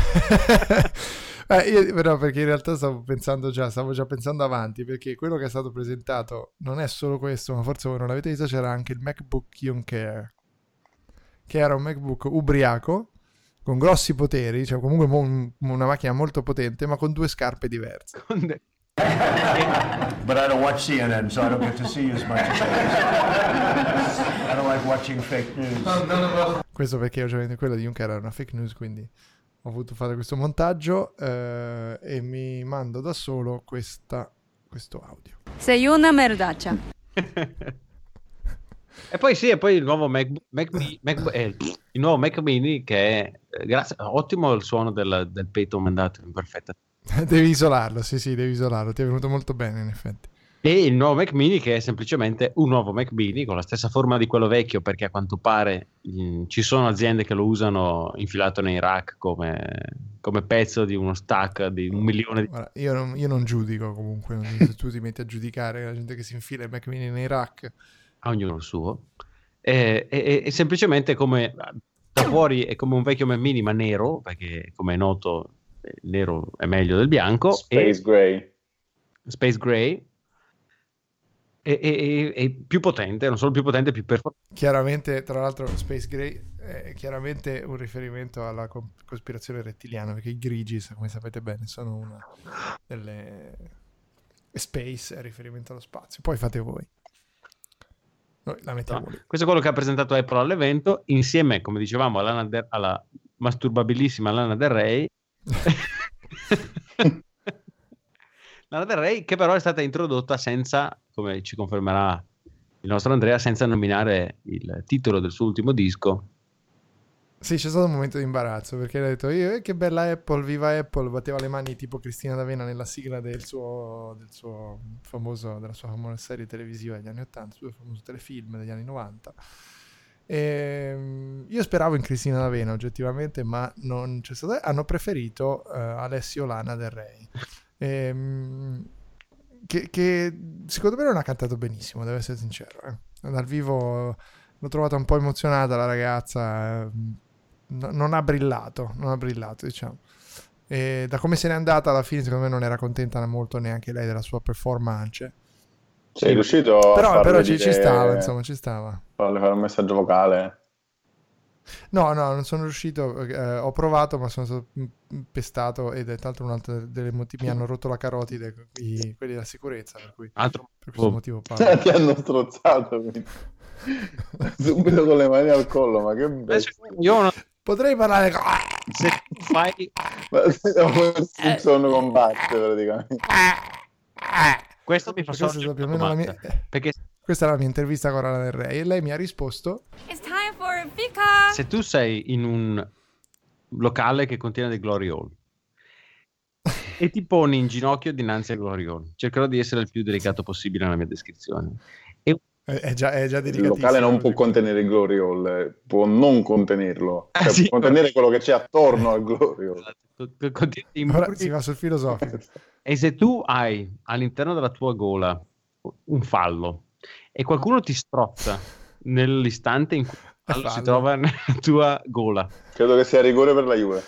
io però, perché in realtà stavo già pensando avanti, perché quello che è stato presentato non è solo questo, ma forse voi non l'avete visto, c'era anche il MacBook Young Care, che era un MacBook ubriaco con grossi poteri, cioè comunque una macchina molto potente, ma con due scarpe diverse. But I don't watch CNN, so I don't get to see you as much as I don't like watching fake news. Questo perché ovviamente quella di Juncker era una fake news, quindi ho voluto fare questo montaggio e mi mando da solo questo audio. Sei una merdaccia. E poi il nuovo il nuovo Mac Mini che è ottimo il suono del petto mandato in perfetta. Devi isolarlo, sì, devi isolarlo, ti è venuto molto bene in effetti. E il nuovo Mac Mini che è semplicemente un nuovo Mac Mini con la stessa forma di quello vecchio, perché a quanto pare ci sono aziende che lo usano infilato nei rack come pezzo di uno stack di 1 milione di... Guarda, io non giudico comunque, se tu ti metti a giudicare la gente che si infila il Mac Mini nei rack. A ognuno il suo. E semplicemente come da fuori è come un vecchio Mac Mini ma nero, perché come è noto il nero è meglio del bianco. Space Gray. E più potente, non solo più potente, più performante. Chiaramente, tra l'altro, Space Gray è chiaramente un riferimento alla cospirazione rettiliana, perché i grigi, come sapete bene, sono una delle... Space è riferimento allo spazio. Poi fate voi. Noi la mettiamo lì. Questo è quello che ha presentato Apple all'evento, insieme, come dicevamo, alla masturbabilissima Lana Del Rey. Lana Del Rey, che però è stata introdotta senza, come ci confermerà il nostro Andrea, senza nominare il titolo del suo ultimo disco. Sì, c'è stato un momento di imbarazzo, perché ha detto che bella Apple, viva Apple, batteva le mani tipo Cristina D'Avena nella sigla della sua famosa serie televisiva degli anni 80, il suo famoso telefilm degli anni 90. Io speravo in Cristina D'Avena oggettivamente, ma non c'è stato. Hanno preferito Alessio Lana Del Rey, che secondo me non ha cantato benissimo, devo essere sincero. Dal vivo l'ho trovata un po' emozionata la ragazza, non ha brillato, diciamo. E da come se n'è andata alla fine, secondo me non era contenta molto neanche lei della sua performance. Sei riuscito a Però dire, ci stava, insomma, ci stava. Farle fare un messaggio vocale? No, non sono riuscito, ho provato, ma sono stato pestato, ed è tra l'altro un'altra delle motivi, mi hanno rotto la carotide, quelli della sicurezza, per cui per questo motivo parlo. Ti hanno strozzato, quindi. Subito con le mani al collo, ma che bello. Io non... Potrei parlare se tu fai sono combatte praticamente. Questo mi fa sorgere più o meno perché questa è la mia intervista con Lana Del Rey e lei mi ha risposto: It's time for fika. Se tu sei in un locale che contiene dei Glory Hall e ti poni in ginocchio dinanzi ai Glory Hall, cercherò di essere il più delicato possibile nella mia descrizione. È già delicatissimo. Il locale non può contenere il Glory Hall, può non contenerlo, cioè sì, può contenere quello che c'è attorno al Glory Hall. Ora si va sul filosofico. E se tu hai all'interno della tua gola un fallo e qualcuno ti strozza nell'istante in cui il fallo si trova nella tua gola, credo che sia rigore per la Juve.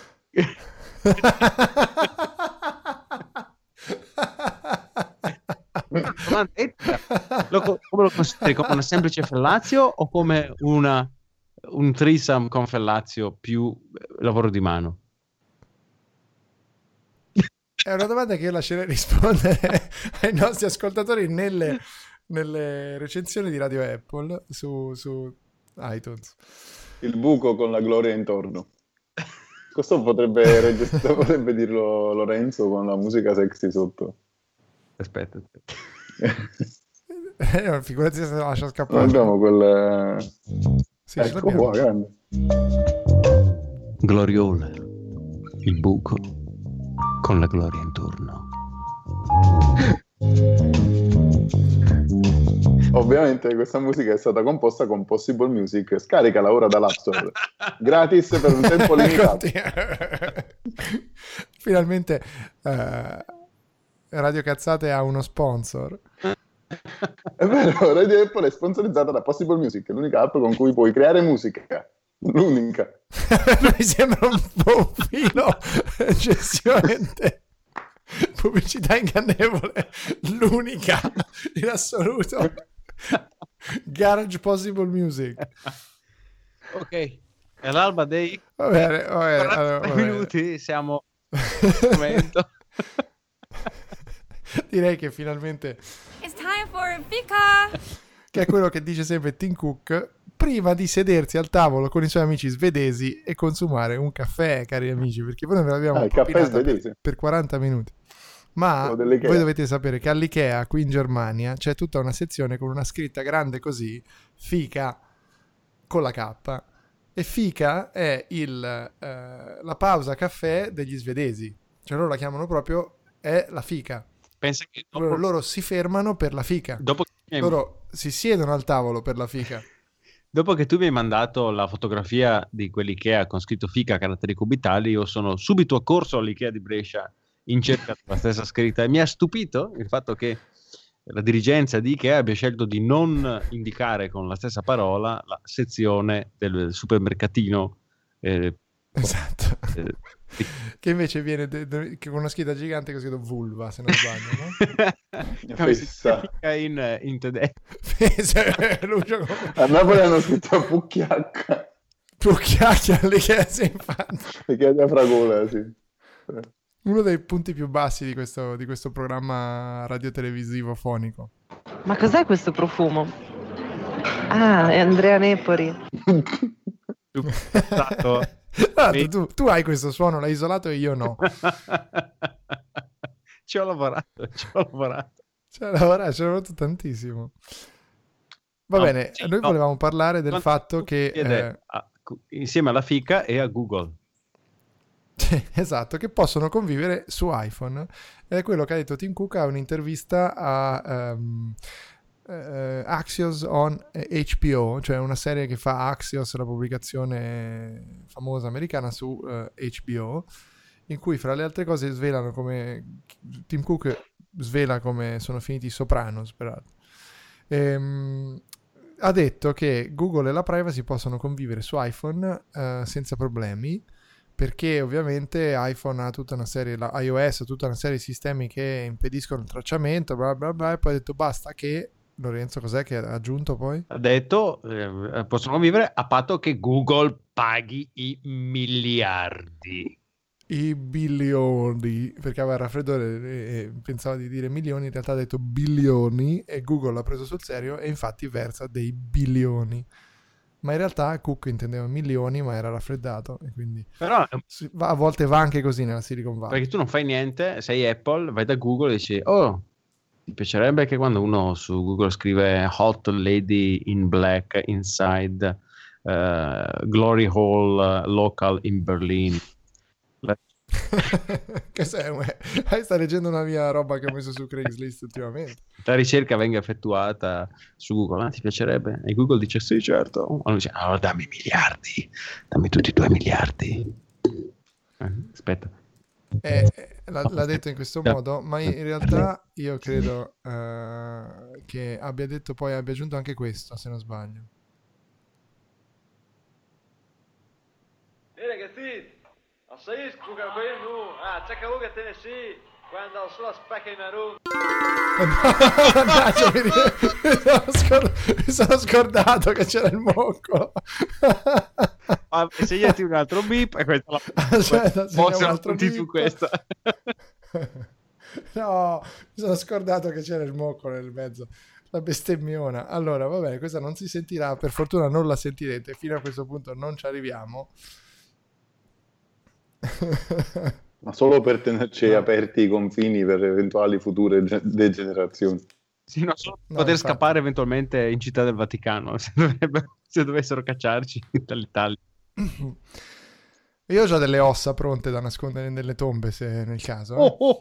Come lo consideri? Come una semplice fellazio o come un threesome con fellazio più lavoro di mano? È una domanda che io lascerei rispondere ai nostri ascoltatori nelle recensioni di Radio Apple su iTunes. Il buco con la gloria intorno. Questo potrebbe dirlo Lorenzo con la musica sexy sotto. Aspetta. Figurati se la lascia scappare. Abbiamo quel... Sì, ecco qua, grande. Gloriole, il buco con la gloria intorno. Ovviamente questa musica è stata composta con Possible Music. Scaricala ora dall'App Store gratis per un tempo limitato. Finalmente Radio Cazzate ha uno sponsor. È vero, Radio Apple è sponsorizzata da Possible Music, l'unica app con cui puoi creare musica. L'unica. Mi sembra un po' un filo eccessivamente pubblicità ingannevole. L'unica in assoluto. Garage Possible Music. Ok, è l'alba dei va bene. Allora, minuti, siamo momento. Direi che finalmente It's time for fika. che è quello che dice sempre Tim Cook prima di sedersi al tavolo con i suoi amici svedesi e consumare un caffè, cari amici, perché voi non ve l'abbiamo propinata per 40 minuti. Ma voi dovete sapere che all'Ikea qui in Germania c'è tutta una sezione con una scritta grande così, fika con la K, e fika è la pausa caffè degli svedesi, cioè loro la chiamano proprio è la fika. Pensa che loro si fermano per la fika, loro si siedono al tavolo per la fika. Dopo che tu mi hai mandato la fotografia di quell'Ikea con scritto fika a caratteri cubitali, io sono subito accorso all'Ikea di Brescia in cerca della stessa scritta e mi ha stupito il fatto che la dirigenza di Ikea abbia scelto di non indicare con la stessa parola la sezione del supermercatino esatto. Che invece viene con una scritta gigante che si chiama vulva, se non sbaglio, no? Come si significa in tedesco? A Napoli hanno scritto Pucchiacca all'Ikea, sì, infatti. L'Ikea di Afragola, sì. Uno dei punti più bassi di questo programma radiotelevisivo fonico. Ma cos'è questo profumo? Ah, è Andrea Nepori. Tu hai questo suono, l'hai isolato e io no. Ci ho lavorato. Ci ho lavorato tantissimo. Va bene, noi volevamo parlare del fatto che insieme alla fika e a Google. Esatto, che possono convivere su iPhone. È quello che ha detto Tim Cook a un'intervista a Axios on HBO, cioè una serie che fa Axios, la pubblicazione famosa americana su HBO, in cui fra le altre cose svelano come Tim Cook svela come sono finiti i Sopranos, peraltro. Ha detto che Google e la privacy possono convivere su iPhone senza problemi, perché ovviamente iPhone ha tutta una serie, iOS ha tutta una serie di sistemi che impediscono il tracciamento, bla bla bla, e poi ha detto basta che, Lorenzo cos'è che ha aggiunto poi? Ha detto possono vivere a patto che Google paghi i miliardi. I bilioni, perché aveva raffreddore e pensava di dire milioni, in realtà ha detto bilioni e Google l'ha preso sul serio e infatti versa dei bilioni. Ma in realtà Cook intendeva milioni, ma era raffreddato e quindi però a volte va anche così nella Silicon Valley. Perché tu non fai niente, sei Apple, vai da Google e dici ti piacerebbe che quando uno su Google scrive Hot Lady in Black inside Glory Hall local in Berlin. Che sei? Stai leggendo una mia roba che ho messo su Craigslist ultimamente. La ricerca venga effettuata su Google, ti piacerebbe? E Google dice sì, certo. Allora dice, allora dammi miliardi, dammi tutti i tuoi miliardi. Aspetta. L'ha detto in questo modo, ma in realtà io credo che abbia detto, poi abbia aggiunto anche questo, se non sbaglio. Ragazzi, sai scusa quello, c'è che Luca Tennessee quando sulla spacca in Naruto. Mi sono scordato che c'era il moccolo. Segnati un altro beep e questa un tutti su questa. No, mi sono scordato che c'era il moccolo nel mezzo, la bestemmiona. Allora, va bene, questa non si sentirà, per fortuna non la sentirete, fino a questo punto non ci arriviamo. Ma solo per tenerci aperti i confini per eventuali future degenerazioni. Sì, no, solo poter scappare eventualmente in Città del Vaticano se dovessero cacciarci dall'Italia. Io ho già delle ossa pronte da nascondere nelle tombe, se nel caso.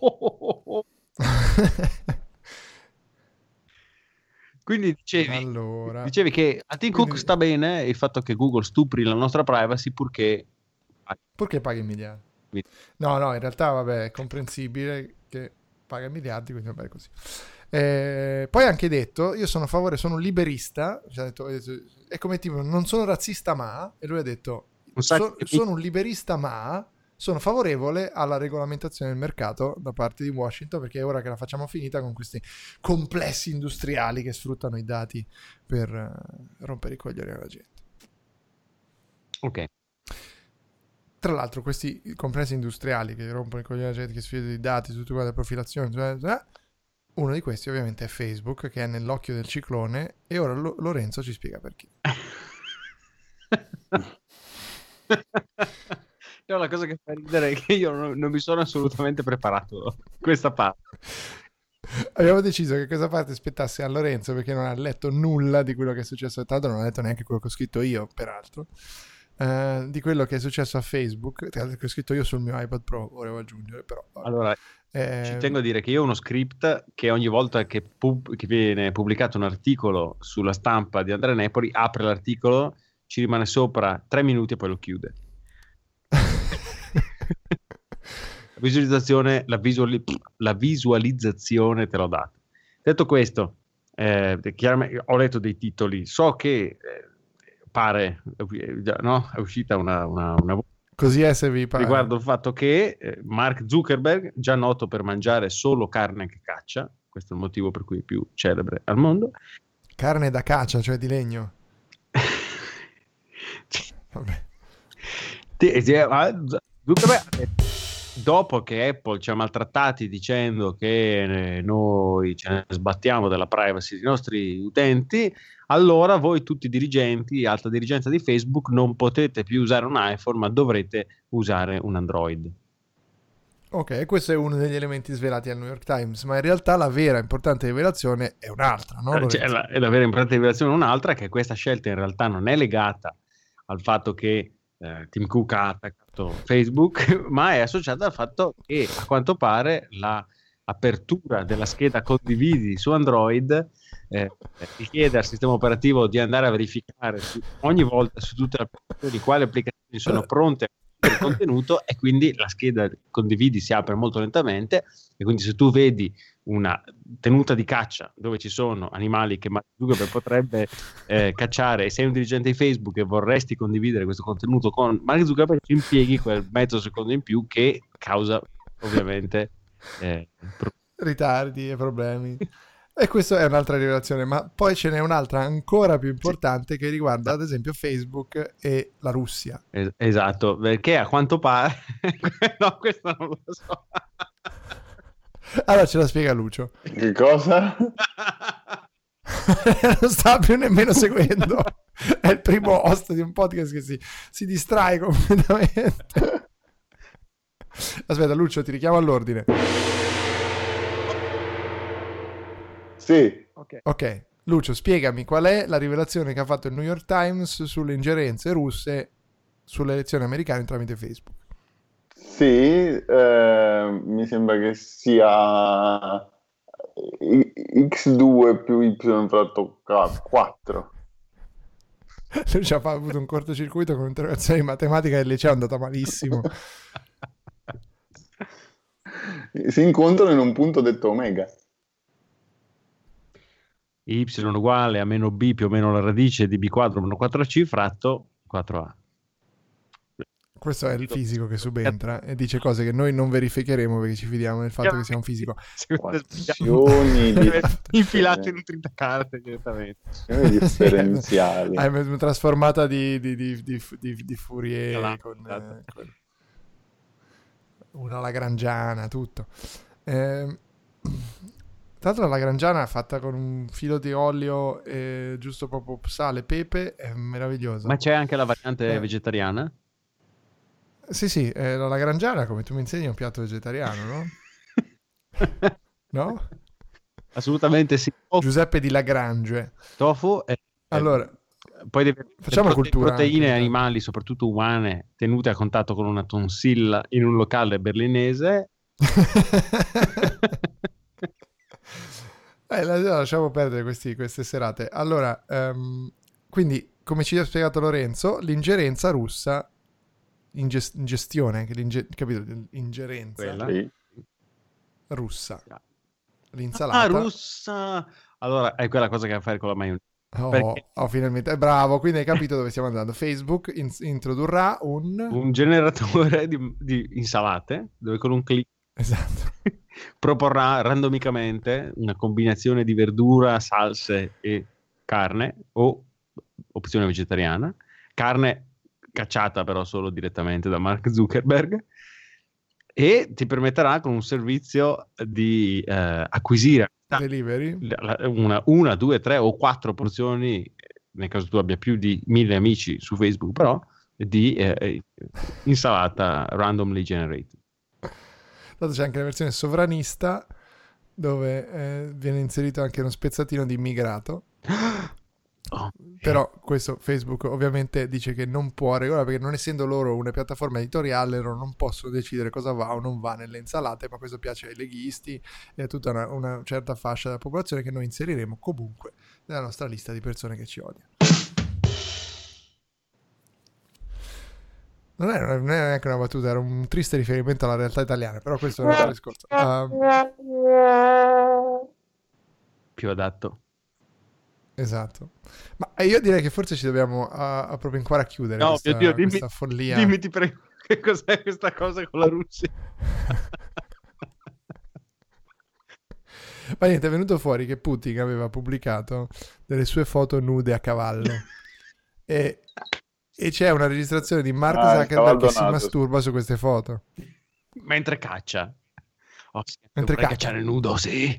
Quindi dicevi che a Tim Cook sta bene il fatto che Google stupri la nostra privacy purché paghi miliardi. No, in realtà vabbè, è comprensibile che paga miliardi, quindi va bene così. Poi ha anche detto, io sono a favore, sono un liberista, cioè, è come tipo, non sono razzista ma, e lui ha detto, sono un liberista ma sono favorevole alla regolamentazione del mercato da parte di Washington, perché è ora che la facciamo finita con questi complessi industriali che sfruttano i dati per rompere i coglioni alla gente. Ok. Tra l'altro questi complessi industriali che rompono i coglioni alla gente, che sfruttano i dati, tutte quelle profilazioni, uno di questi ovviamente è Facebook, che è nell'occhio del ciclone, e ora Lorenzo ci spiega perché. No, la cosa che fa ridere è che io non mi sono assolutamente preparato questa parte. Abbiamo deciso che questa parte spettasse a Lorenzo perché non ha letto nulla di quello che è successo, tanto non ha letto neanche quello che ho scritto io, peraltro, di quello che è successo a Facebook, che ho scritto io sul mio iPad Pro, volevo aggiungere, però. Allora, ci tengo a dire che io ho uno script che ogni volta che viene pubblicato un articolo sulla stampa di Andrea Nepoli, apre l'articolo, ci rimane sopra 3 minuti e poi lo chiude. La visualizzazione te l'ho data. Detto questo, chiaramente ho letto dei titoli, so che pare, no? È uscita una così se vi pare, riguardo il fatto che Mark Zuckerberg, già noto per mangiare solo carne che caccia, questo è il motivo per cui è più celebre al mondo. Carne da caccia, cioè di legno. Vabbè. Zuckerberg, dopo che Apple ci ha maltrattati dicendo che noi ce ne sbattiamo della privacy dei nostri utenti, allora voi tutti dirigenti, alta dirigenza di Facebook, non potete più usare un iPhone, ma dovrete usare un Android. Ok, questo è uno degli elementi svelati al New York Times, ma in realtà la vera importante rivelazione è un'altra, no? La vera importante rivelazione è un'altra, che questa scelta in realtà non è legata al fatto che Tim Cook ha attaccato Facebook, ma è associata al fatto che a quanto pare l'apertura della scheda condividi su Android richiede al sistema operativo di andare a verificare ogni volta su tutte le applicazioni quali applicazioni sono pronte per il contenuto, e quindi la scheda condividi si apre molto lentamente, e quindi se tu vedi una tenuta di caccia dove ci sono animali che Mark Zuckerberg potrebbe cacciare, e sei un dirigente di Facebook e vorresti condividere questo contenuto con Mark Zuckerberg, ci impieghi quel mezzo secondo in più che causa ovviamente ritardi e problemi. E questa è un'altra rivelazione, ma poi ce n'è un'altra ancora più importante che riguarda ad esempio Facebook e la Russia. Esatto, perché a quanto pare no, questo non lo so. Allora ce la spiega Lucio. Che cosa? Non sta più nemmeno seguendo. È il primo host di un podcast che si distrae completamente. Aspetta, Lucio, ti richiamo all'ordine. Sì. Ok, Lucio, spiegami qual è la rivelazione che ha fatto il New York Times sulle ingerenze russe sulle elezioni americane tramite Facebook. Sì, mi sembra che sia x2 più y fratto 4. Lui ci ha avuto un cortocircuito con un'interrogazione di matematica e il liceo è andata malissimo. Si incontrano in un punto detto omega. Y uguale a meno b più o meno la radice di b4 meno 4c fratto 4a. Questo è il fisico che subentra e dice cose che noi non verificheremo perché ci fidiamo del fatto che sia un fisico. Infilate in un trintacarte direttamente. Differenziali. Hai trasformata di Fourier con una lagrangiana, tutto. Tra l'altro la lagrangiana fatta con un filo di olio e giusto proprio sale, pepe, è meravigliosa. Ma c'è anche la variante vegetariana? Sì, la lagrangiana, come tu mi insegni, è un piatto vegetariano, no? No? Assolutamente sì. Giuseppe di Lagrange. Tofu e... Allora, poi facciamo cultura. Proteine animali, soprattutto umane, tenute a contatto con una tonsilla in un locale berlinese. Lasciamo perdere queste serate. Allora, quindi, come ci ha spiegato Lorenzo, l'ingerenza russa, ingestione, capito? L'ingerenza russa. L'insalata. Russa! Allora, è quella cosa che ha a fare con la maionese. Finalmente, bravo, quindi hai capito dove stiamo andando. Facebook introdurrà un generatore di insalate, dove con un clic proporrà randomicamente una combinazione di verdura, salse e carne, o opzione vegetariana, carne cacciata però solo direttamente da Mark Zuckerberg, e ti permetterà con un servizio di acquisire delivery una, 2, 3 o 4 porzioni, nel caso tu abbia più di 1000 amici su Facebook, però di insalata randomly generated. Tanto c'è anche la versione sovranista dove viene inserito anche uno spezzatino di immigrato. Però questo Facebook ovviamente dice che non può regolare, perché non essendo loro una piattaforma editoriale loro non possono decidere cosa va o non va nelle insalate, ma questo piace ai leghisti e a tutta una certa fascia della popolazione che noi inseriremo comunque nella nostra lista di persone che ci odiano. Non è neanche una battuta, era un triste riferimento alla realtà italiana, però questo è un altro discorso. Più adatto. Esatto. Ma io direi che forse ci dobbiamo proprio ancora a chiudere questa follia. Dimmi, ti prego, che cos'è questa cosa con la Russia? Ma niente, è venuto fuori che Putin aveva pubblicato delle sue foto nude a cavallo e c'è una registrazione di Mark Zuckerberg che si masturba su queste foto mentre caccia. Mentre cacciare nudo, sì.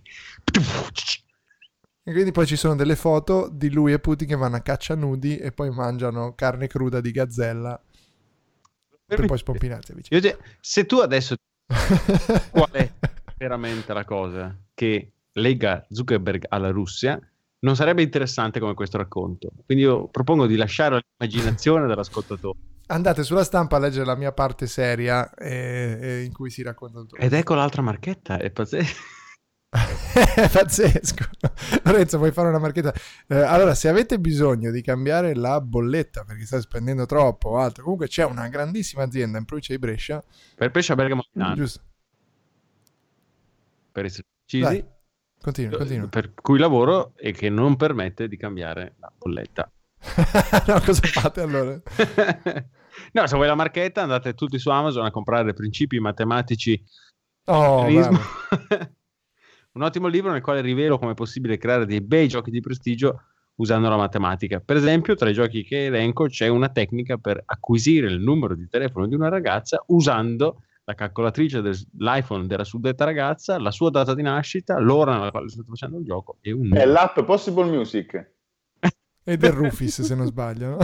E quindi poi ci sono delle foto di lui e Putin che vanno a caccia nudi e poi mangiano carne cruda di gazzella per poi spompinarsi a vicino. Se tu adesso qual è veramente la cosa che lega Zuckerberg alla Russia, non sarebbe interessante come questo racconto. Quindi io propongo di lasciare all'immaginazione dell'ascoltatore. Andate sulla Stampa a leggere la mia parte seria in cui si racconta tutto. Ed ecco l'altra marchetta, è pazzesco. È pazzesco. Lorenzo, puoi fare una marchetta? Allora, se avete bisogno di cambiare la bolletta perché state spendendo troppo o altro, comunque c'è una grandissima azienda in provincia di Brescia, per Brescia, Bergamo, Milano, giusto, per essere precisi, Continua. Per cui lavoro e che non permette di cambiare la bolletta. No, cosa fate allora? No, se vuoi la marchetta andate tutti su Amazon a comprare Principi matematici. Oh, un ottimo libro nel quale rivelo come è possibile creare dei bei giochi di prestigio usando la matematica. Per esempio, tra i giochi che elenco c'è una tecnica per acquisire il numero di telefono di una ragazza usando la calcolatrice dell'iPhone della suddetta ragazza, la sua data di nascita, l'ora nella quale sto facendo il gioco e un... È l'app Possible Music. E del Rufus, se non sbaglio, no?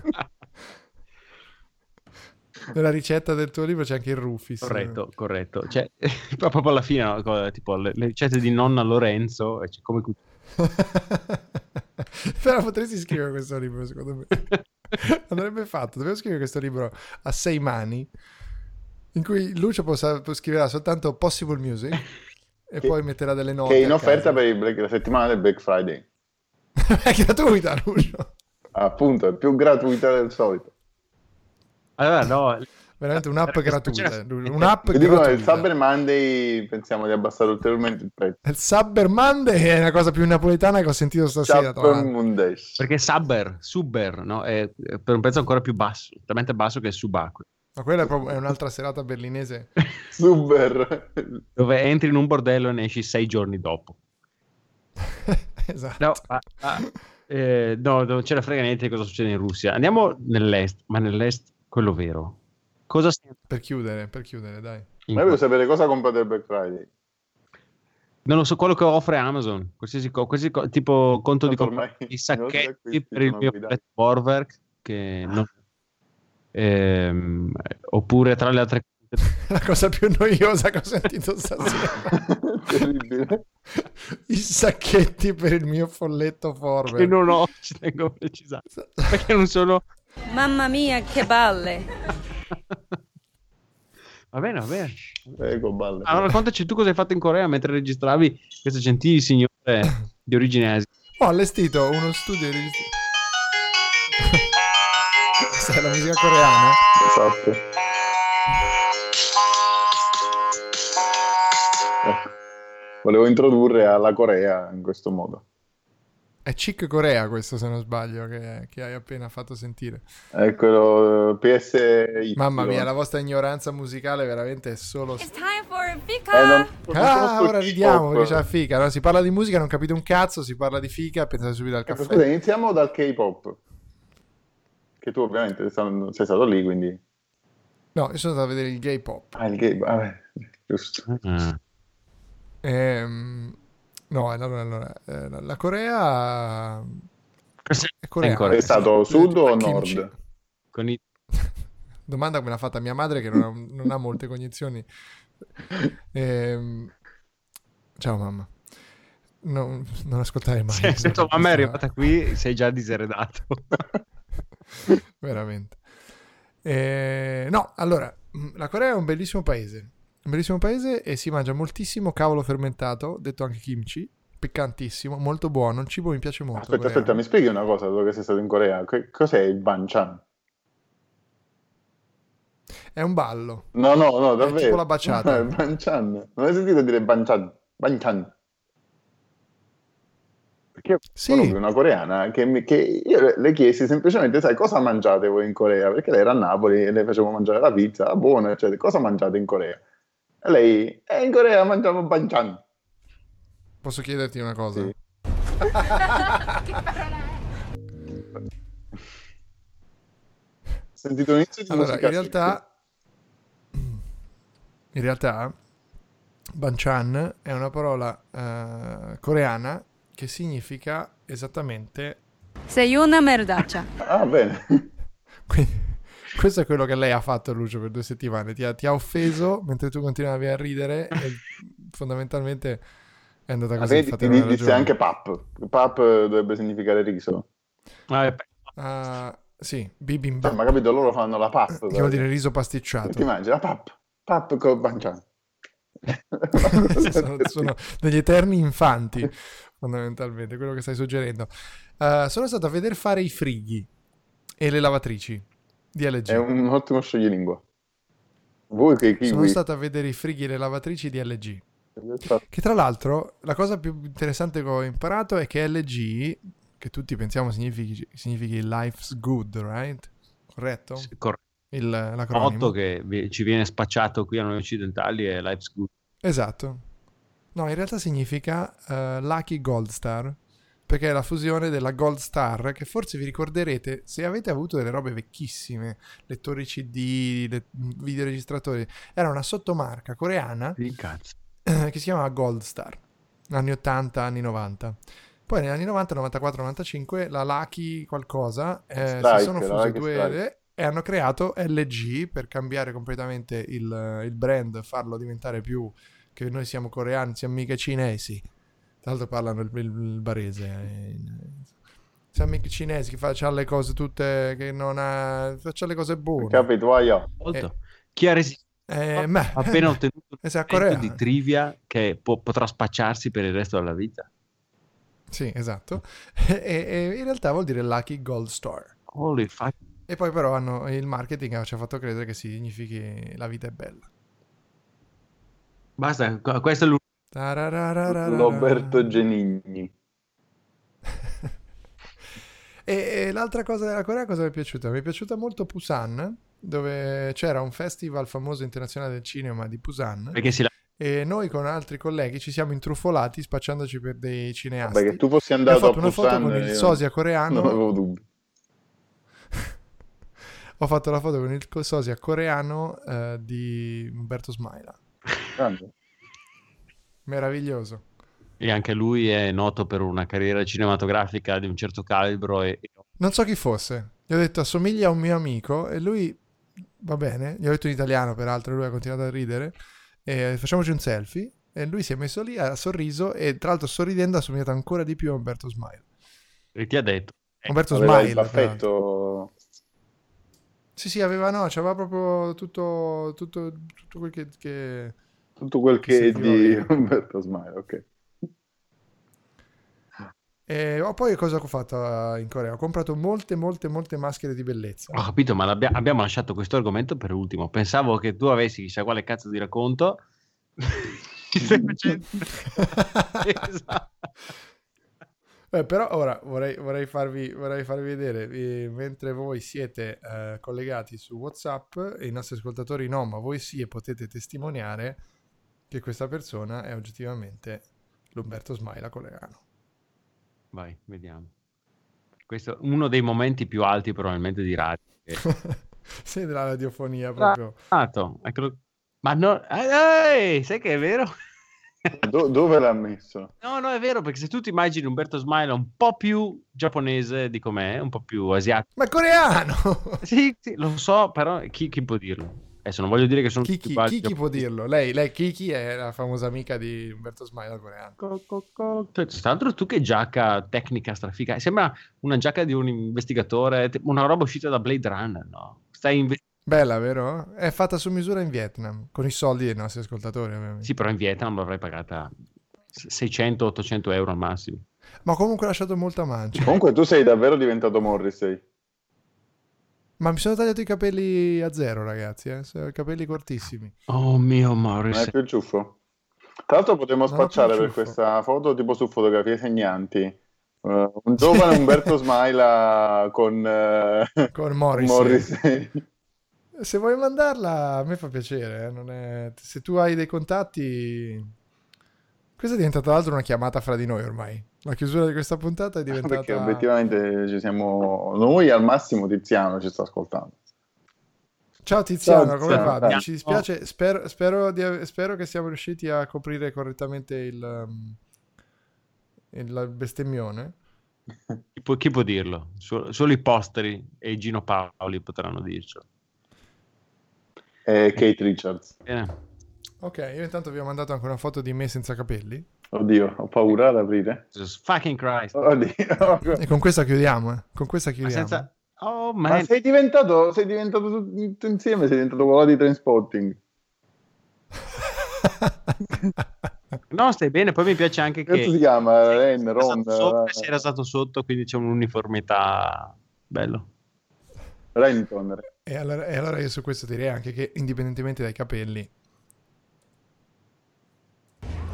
Nella ricetta del tuo libro c'è anche il Rufus. Corretto. Cioè, proprio alla fine, no? Tipo le ricette di nonna Lorenzo, e c'è come... Però potresti scrivere questo libro, secondo me. Andrebbe fatto. Dovevo scrivere questo libro a 6 mani, in cui Lucio scriverà soltanto Possible Music e poi metterà delle note. Che è in offerta per la settimana del Black Friday. È gratuita, Lucio. Appunto, è più gratuita del solito. Allora, no, veramente un'app gratuita. Un'app gratuita. Il Cyber Monday pensiamo di abbassare ulteriormente il prezzo. Il Cyber Monday è una cosa più napoletana che ho sentito stasera. Perché Subber, no? È per un prezzo ancora più basso, talmente basso che è subacqueo. Ma quella è un'altra serata berlinese. Subber. Dove entri in un bordello e ne esci 6 giorni dopo. Esatto. No, non ce ne frega niente di cosa succede in Russia. Andiamo nell'est, ma nell'est quello vero. Cosa per chiudere, dai. Ma voglio sapere cosa comprate il Black Friday. Non lo so, quello che offre Amazon, qualsiasi tipo conto di i sacchetti per il mio Vorwerk, che non... oppure tra le altre la cosa più noiosa che ho sentito stasera. Terribile. I sacchetti per il mio folletto Vorwerk. Che non ho, ci tengo a precisare, perché non sono... Mamma mia, che balle! Va bene. Ecco, balle. Allora, raccontaci tu cosa hai fatto in Corea mentre registravi questo gentile signore di origine asiatica. Ho allestito uno studio di questa è la musica coreana. Esatto. Volevo introdurre alla Corea in questo modo. È Chic Corea questo, se non sbaglio, che hai appena fatto sentire. È quello PSI. Mamma mia, la vostra ignoranza musicale veramente è solo... It's time for Fika! Ora ridiamo perché c'è la fica. No? Si parla di musica, non capite un cazzo, si parla di fica, pensate subito al caffè. Scusa, iniziamo dal K-pop. Che tu ovviamente sei stato lì, quindi... No, io sono andato a vedere il gay pop. Il gay pop, vabbè, giusto. No, allora la Corea è coreana. È stato sud o nord? Domanda che me l'ha fatta mia madre, che non ha molte cognizioni. Ciao mamma. Non ascoltare mai. Se tua mamma è arrivata qui, sei già diseredato. Veramente. No, allora, la Corea è un bellissimo paese. Un bellissimo paese e si mangia moltissimo cavolo fermentato, detto anche kimchi, piccantissimo, molto buono, il cibo mi piace molto. Aspetta, mi spieghi una cosa, dopo che sei stato in Corea, cos'è il banchan? È un ballo. No, davvero. È tipo la baciata. Il banchan. Non hai sentito dire banchan? Perché sì. Conosco una coreana che io le chiesi semplicemente, sai, cosa mangiate voi in Corea? Perché lei era a Napoli e le facevo mangiare la pizza, buona, eccetera. Cosa mangiate in Corea? E lei, in Corea mangiamo banchan. Posso chiederti una cosa? Sì. Che parola è? Ho sentito l'inizio di allora, musica. In realtà banchan è una parola coreana che significa esattamente sei una merdaccia. Ah, bene. Quindi, questo è quello che lei ha fatto, Lucio, per 2 settimane. Ti ha offeso mentre tu continuavi a ridere e fondamentalmente è andata così. Vedi, ti dice anche pap. Pap dovrebbe significare riso. Sì, bibimbap. Ma capito, loro fanno la pap. Che vuol dire riso pasticciato. Ti mangi la pap. Pap con banchan. sono degli eterni infanti, fondamentalmente, quello che stai suggerendo. Sono stato a vedere fare i frighi e le lavatrici di LG. È un ottimo scioglilingua. Sono stato a vedere i frighi e le lavatrici di LG. Che tra l'altro la cosa più interessante che ho imparato è che LG, che tutti pensiamo significhi Life's Good, right? Corretto? Sì, L'acronimo. Motto che ci viene spacciato qui a noi occidentali è Life's Good. Esatto. No, in realtà significa Lucky Gold Star, perché è la fusione della Gold Star, che forse vi ricorderete se avete avuto delle robe vecchissime, lettori CD, videoregistratori. Era una sottomarca coreana che si chiamava Gold Star, anni 80, anni 90. Poi negli anni 90, 94, 95 la Lucky qualcosa si sono fuse due e hanno creato LG per cambiare completamente il brand, farlo diventare più che noi siamo coreani, siamo mica cinesi. Tra l'altro parlano il barese. Siamo mica cinesi che facciano le cose tutte che non ha, facciano le cose buone. Capito, io. Chi ha resistito ha appena ottenuto un punto di trivia che potrà spacciarsi per il resto della vita. Sì, esatto. E in realtà vuol dire Lucky Gold Star. Holy fuck. E poi però hanno il marketing ci ha fatto credere che significhi la vita è bella. Basta, questo è Roberto Genigni. E l'altra cosa della Corea cosa mi è piaciuta? Mi è piaciuta molto Busan, dove c'era un festival famoso internazionale del cinema di Busan. E noi con altri colleghi ci siamo intrufolati spacciandoci per dei cineasti. Perché tu fossi andato ho fatto una foto con il sosia coreano. Non avevo dubbi. Ho fatto la foto con il sosia coreano di Umberto Smaila. Grande. Meraviglioso. E anche lui è noto per una carriera cinematografica di un certo calibro. Non so chi fosse. Gli ho detto assomiglia a un mio amico e lui va bene. Gli ho detto in italiano peraltro, lui ha continuato a ridere. E facciamoci un selfie. E lui si è messo lì, ha sorriso e tra l'altro sorridendo ha somigliato ancora di più a Umberto Smaila. E ti ha detto? Umberto Aveva Smaila. il baffetto. Sì, c'aveva proprio tutto quel che... Tutto quel che è di Umberto Smaila, ok. E poi cosa ho fatto in Corea? Ho comprato molte maschere di bellezza. Ho capito, ma abbiamo lasciato questo argomento per ultimo. Pensavo che tu avessi chissà quale cazzo di racconto. Ci stai facendo? Esatto. Però ora vorrei farvi vedere, mentre voi siete collegati su WhatsApp, e i nostri ascoltatori no, ma voi sì, e potete testimoniare che questa persona è oggettivamente l'Umberto Smaila coreano. Vai, vediamo. Questo è uno dei momenti più alti probabilmente di radio. Sì, della radiofonia proprio. Ma no, sai che è vero? Dove l'ha messo? No, è vero, perché se tu ti immagini Umberto Smaila un po' più giapponese di com'è, un po' più asiatico. Ma coreano! Sì, lo so, però chi può dirlo? Adesso non voglio dire che sono Chi può dirlo? Lei Kiki è la famosa amica di Umberto Smaila coreano. Tra l'altro tu che giacca tecnica strafica, sembra una giacca di un investigatore, una roba uscita da Blade Runner, no? Bella, vero? È fatta su misura in Vietnam, con i soldi dei nostri ascoltatori, ovviamente. Sì, però in Vietnam l'avrei pagata 600-800 euro al massimo. Ma comunque ho lasciato molta mancia. Comunque tu sei davvero diventato Morrissey. Ma mi sono tagliato i capelli a zero, ragazzi, capelli cortissimi. Oh mio Morrissey. Non è più il ciuffo? Tra l'altro potremmo spacciare per questa foto tipo su fotografie segnanti. Un giovane Umberto Smaila con Morrissey. Se vuoi mandarla, a me fa piacere. Se tu hai dei contatti... Questa è diventata tra l'altro una chiamata fra di noi ormai. La chiusura di questa puntata è diventata... Perché obiettivamente ci siamo... Noi al massimo Tiziano ci sta ascoltando. Ciao Tiziano, come va? Mi ci dispiace, spero che siamo riusciti a coprire correttamente il bestemmione. Chi può dirlo? Solo i posteri e i Gino Paoli potranno dircelo. Kate Richards. Ok, io intanto vi ho mandato anche una foto di me senza capelli. Oddio, ho paura ad aprire. Jesus fucking Christ. Oddio. E con questa chiudiamo, Con questa chiudiamo. Ma sei diventato tutto insieme, sei diventato quello di Trainspotting. No, stai bene, poi mi piace anche che... Che si chiama? Ron. Si era stato sotto, quindi c'è un'uniformità... Bello. Renton. E allora io su questo direi anche che indipendentemente dai capelli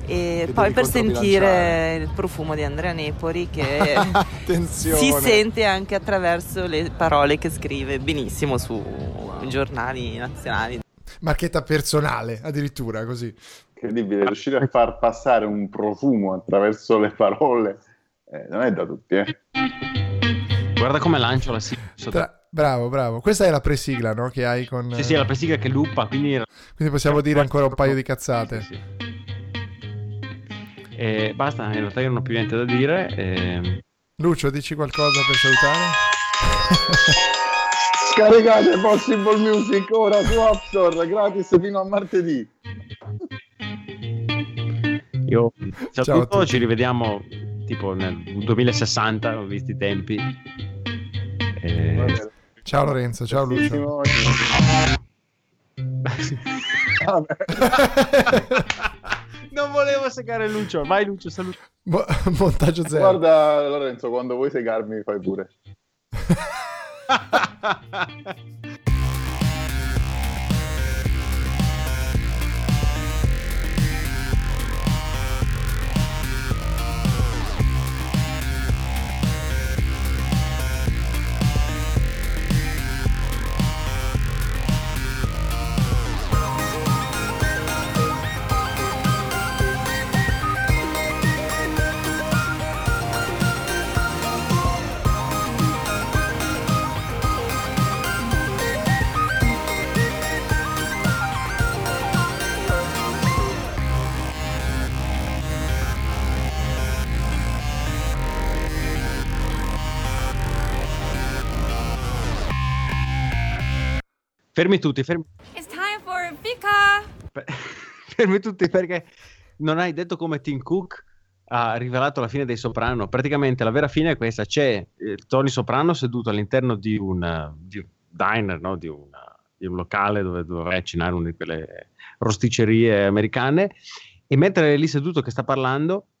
E poi per sentire il profumo di Andrea Nepori che si sente anche attraverso le parole che scrive benissimo sui giornali nazionali. Marchetta personale, addirittura, così. Incredibile, riuscire a far passare un profumo attraverso le parole non è da tutti, Guarda come lancio la sigla. Bravo. Questa è la presigla, no? Che hai con... Sì, è la presigla che luppa, quindi possiamo dire ancora un paio di cazzate. Sì. Basta, in realtà io non ho più niente da dire. Lucio, dici qualcosa per salutare? Scaricate Possible Music ora su App Store, gratis fino a martedì. Io saluto, ci rivediamo tipo nel 2060, ho visto i tempi. Ciao Lorenzo, ciao Lucio. Non volevo segare Lucio, vai Lucio, saluto. Montaggio zero. Guarda Lorenzo, quando vuoi segarmi fai pure. Fermi tutti, It's time for fika. fermi tutti perché non hai detto come Tim Cook ha rivelato la fine dei Soprano. Praticamente la vera fine è questa: c'è Tony Soprano seduto all'interno di un diner, no? di un locale dove doveva cenare, una di quelle rosticcerie americane, e mentre è lì seduto che sta parlando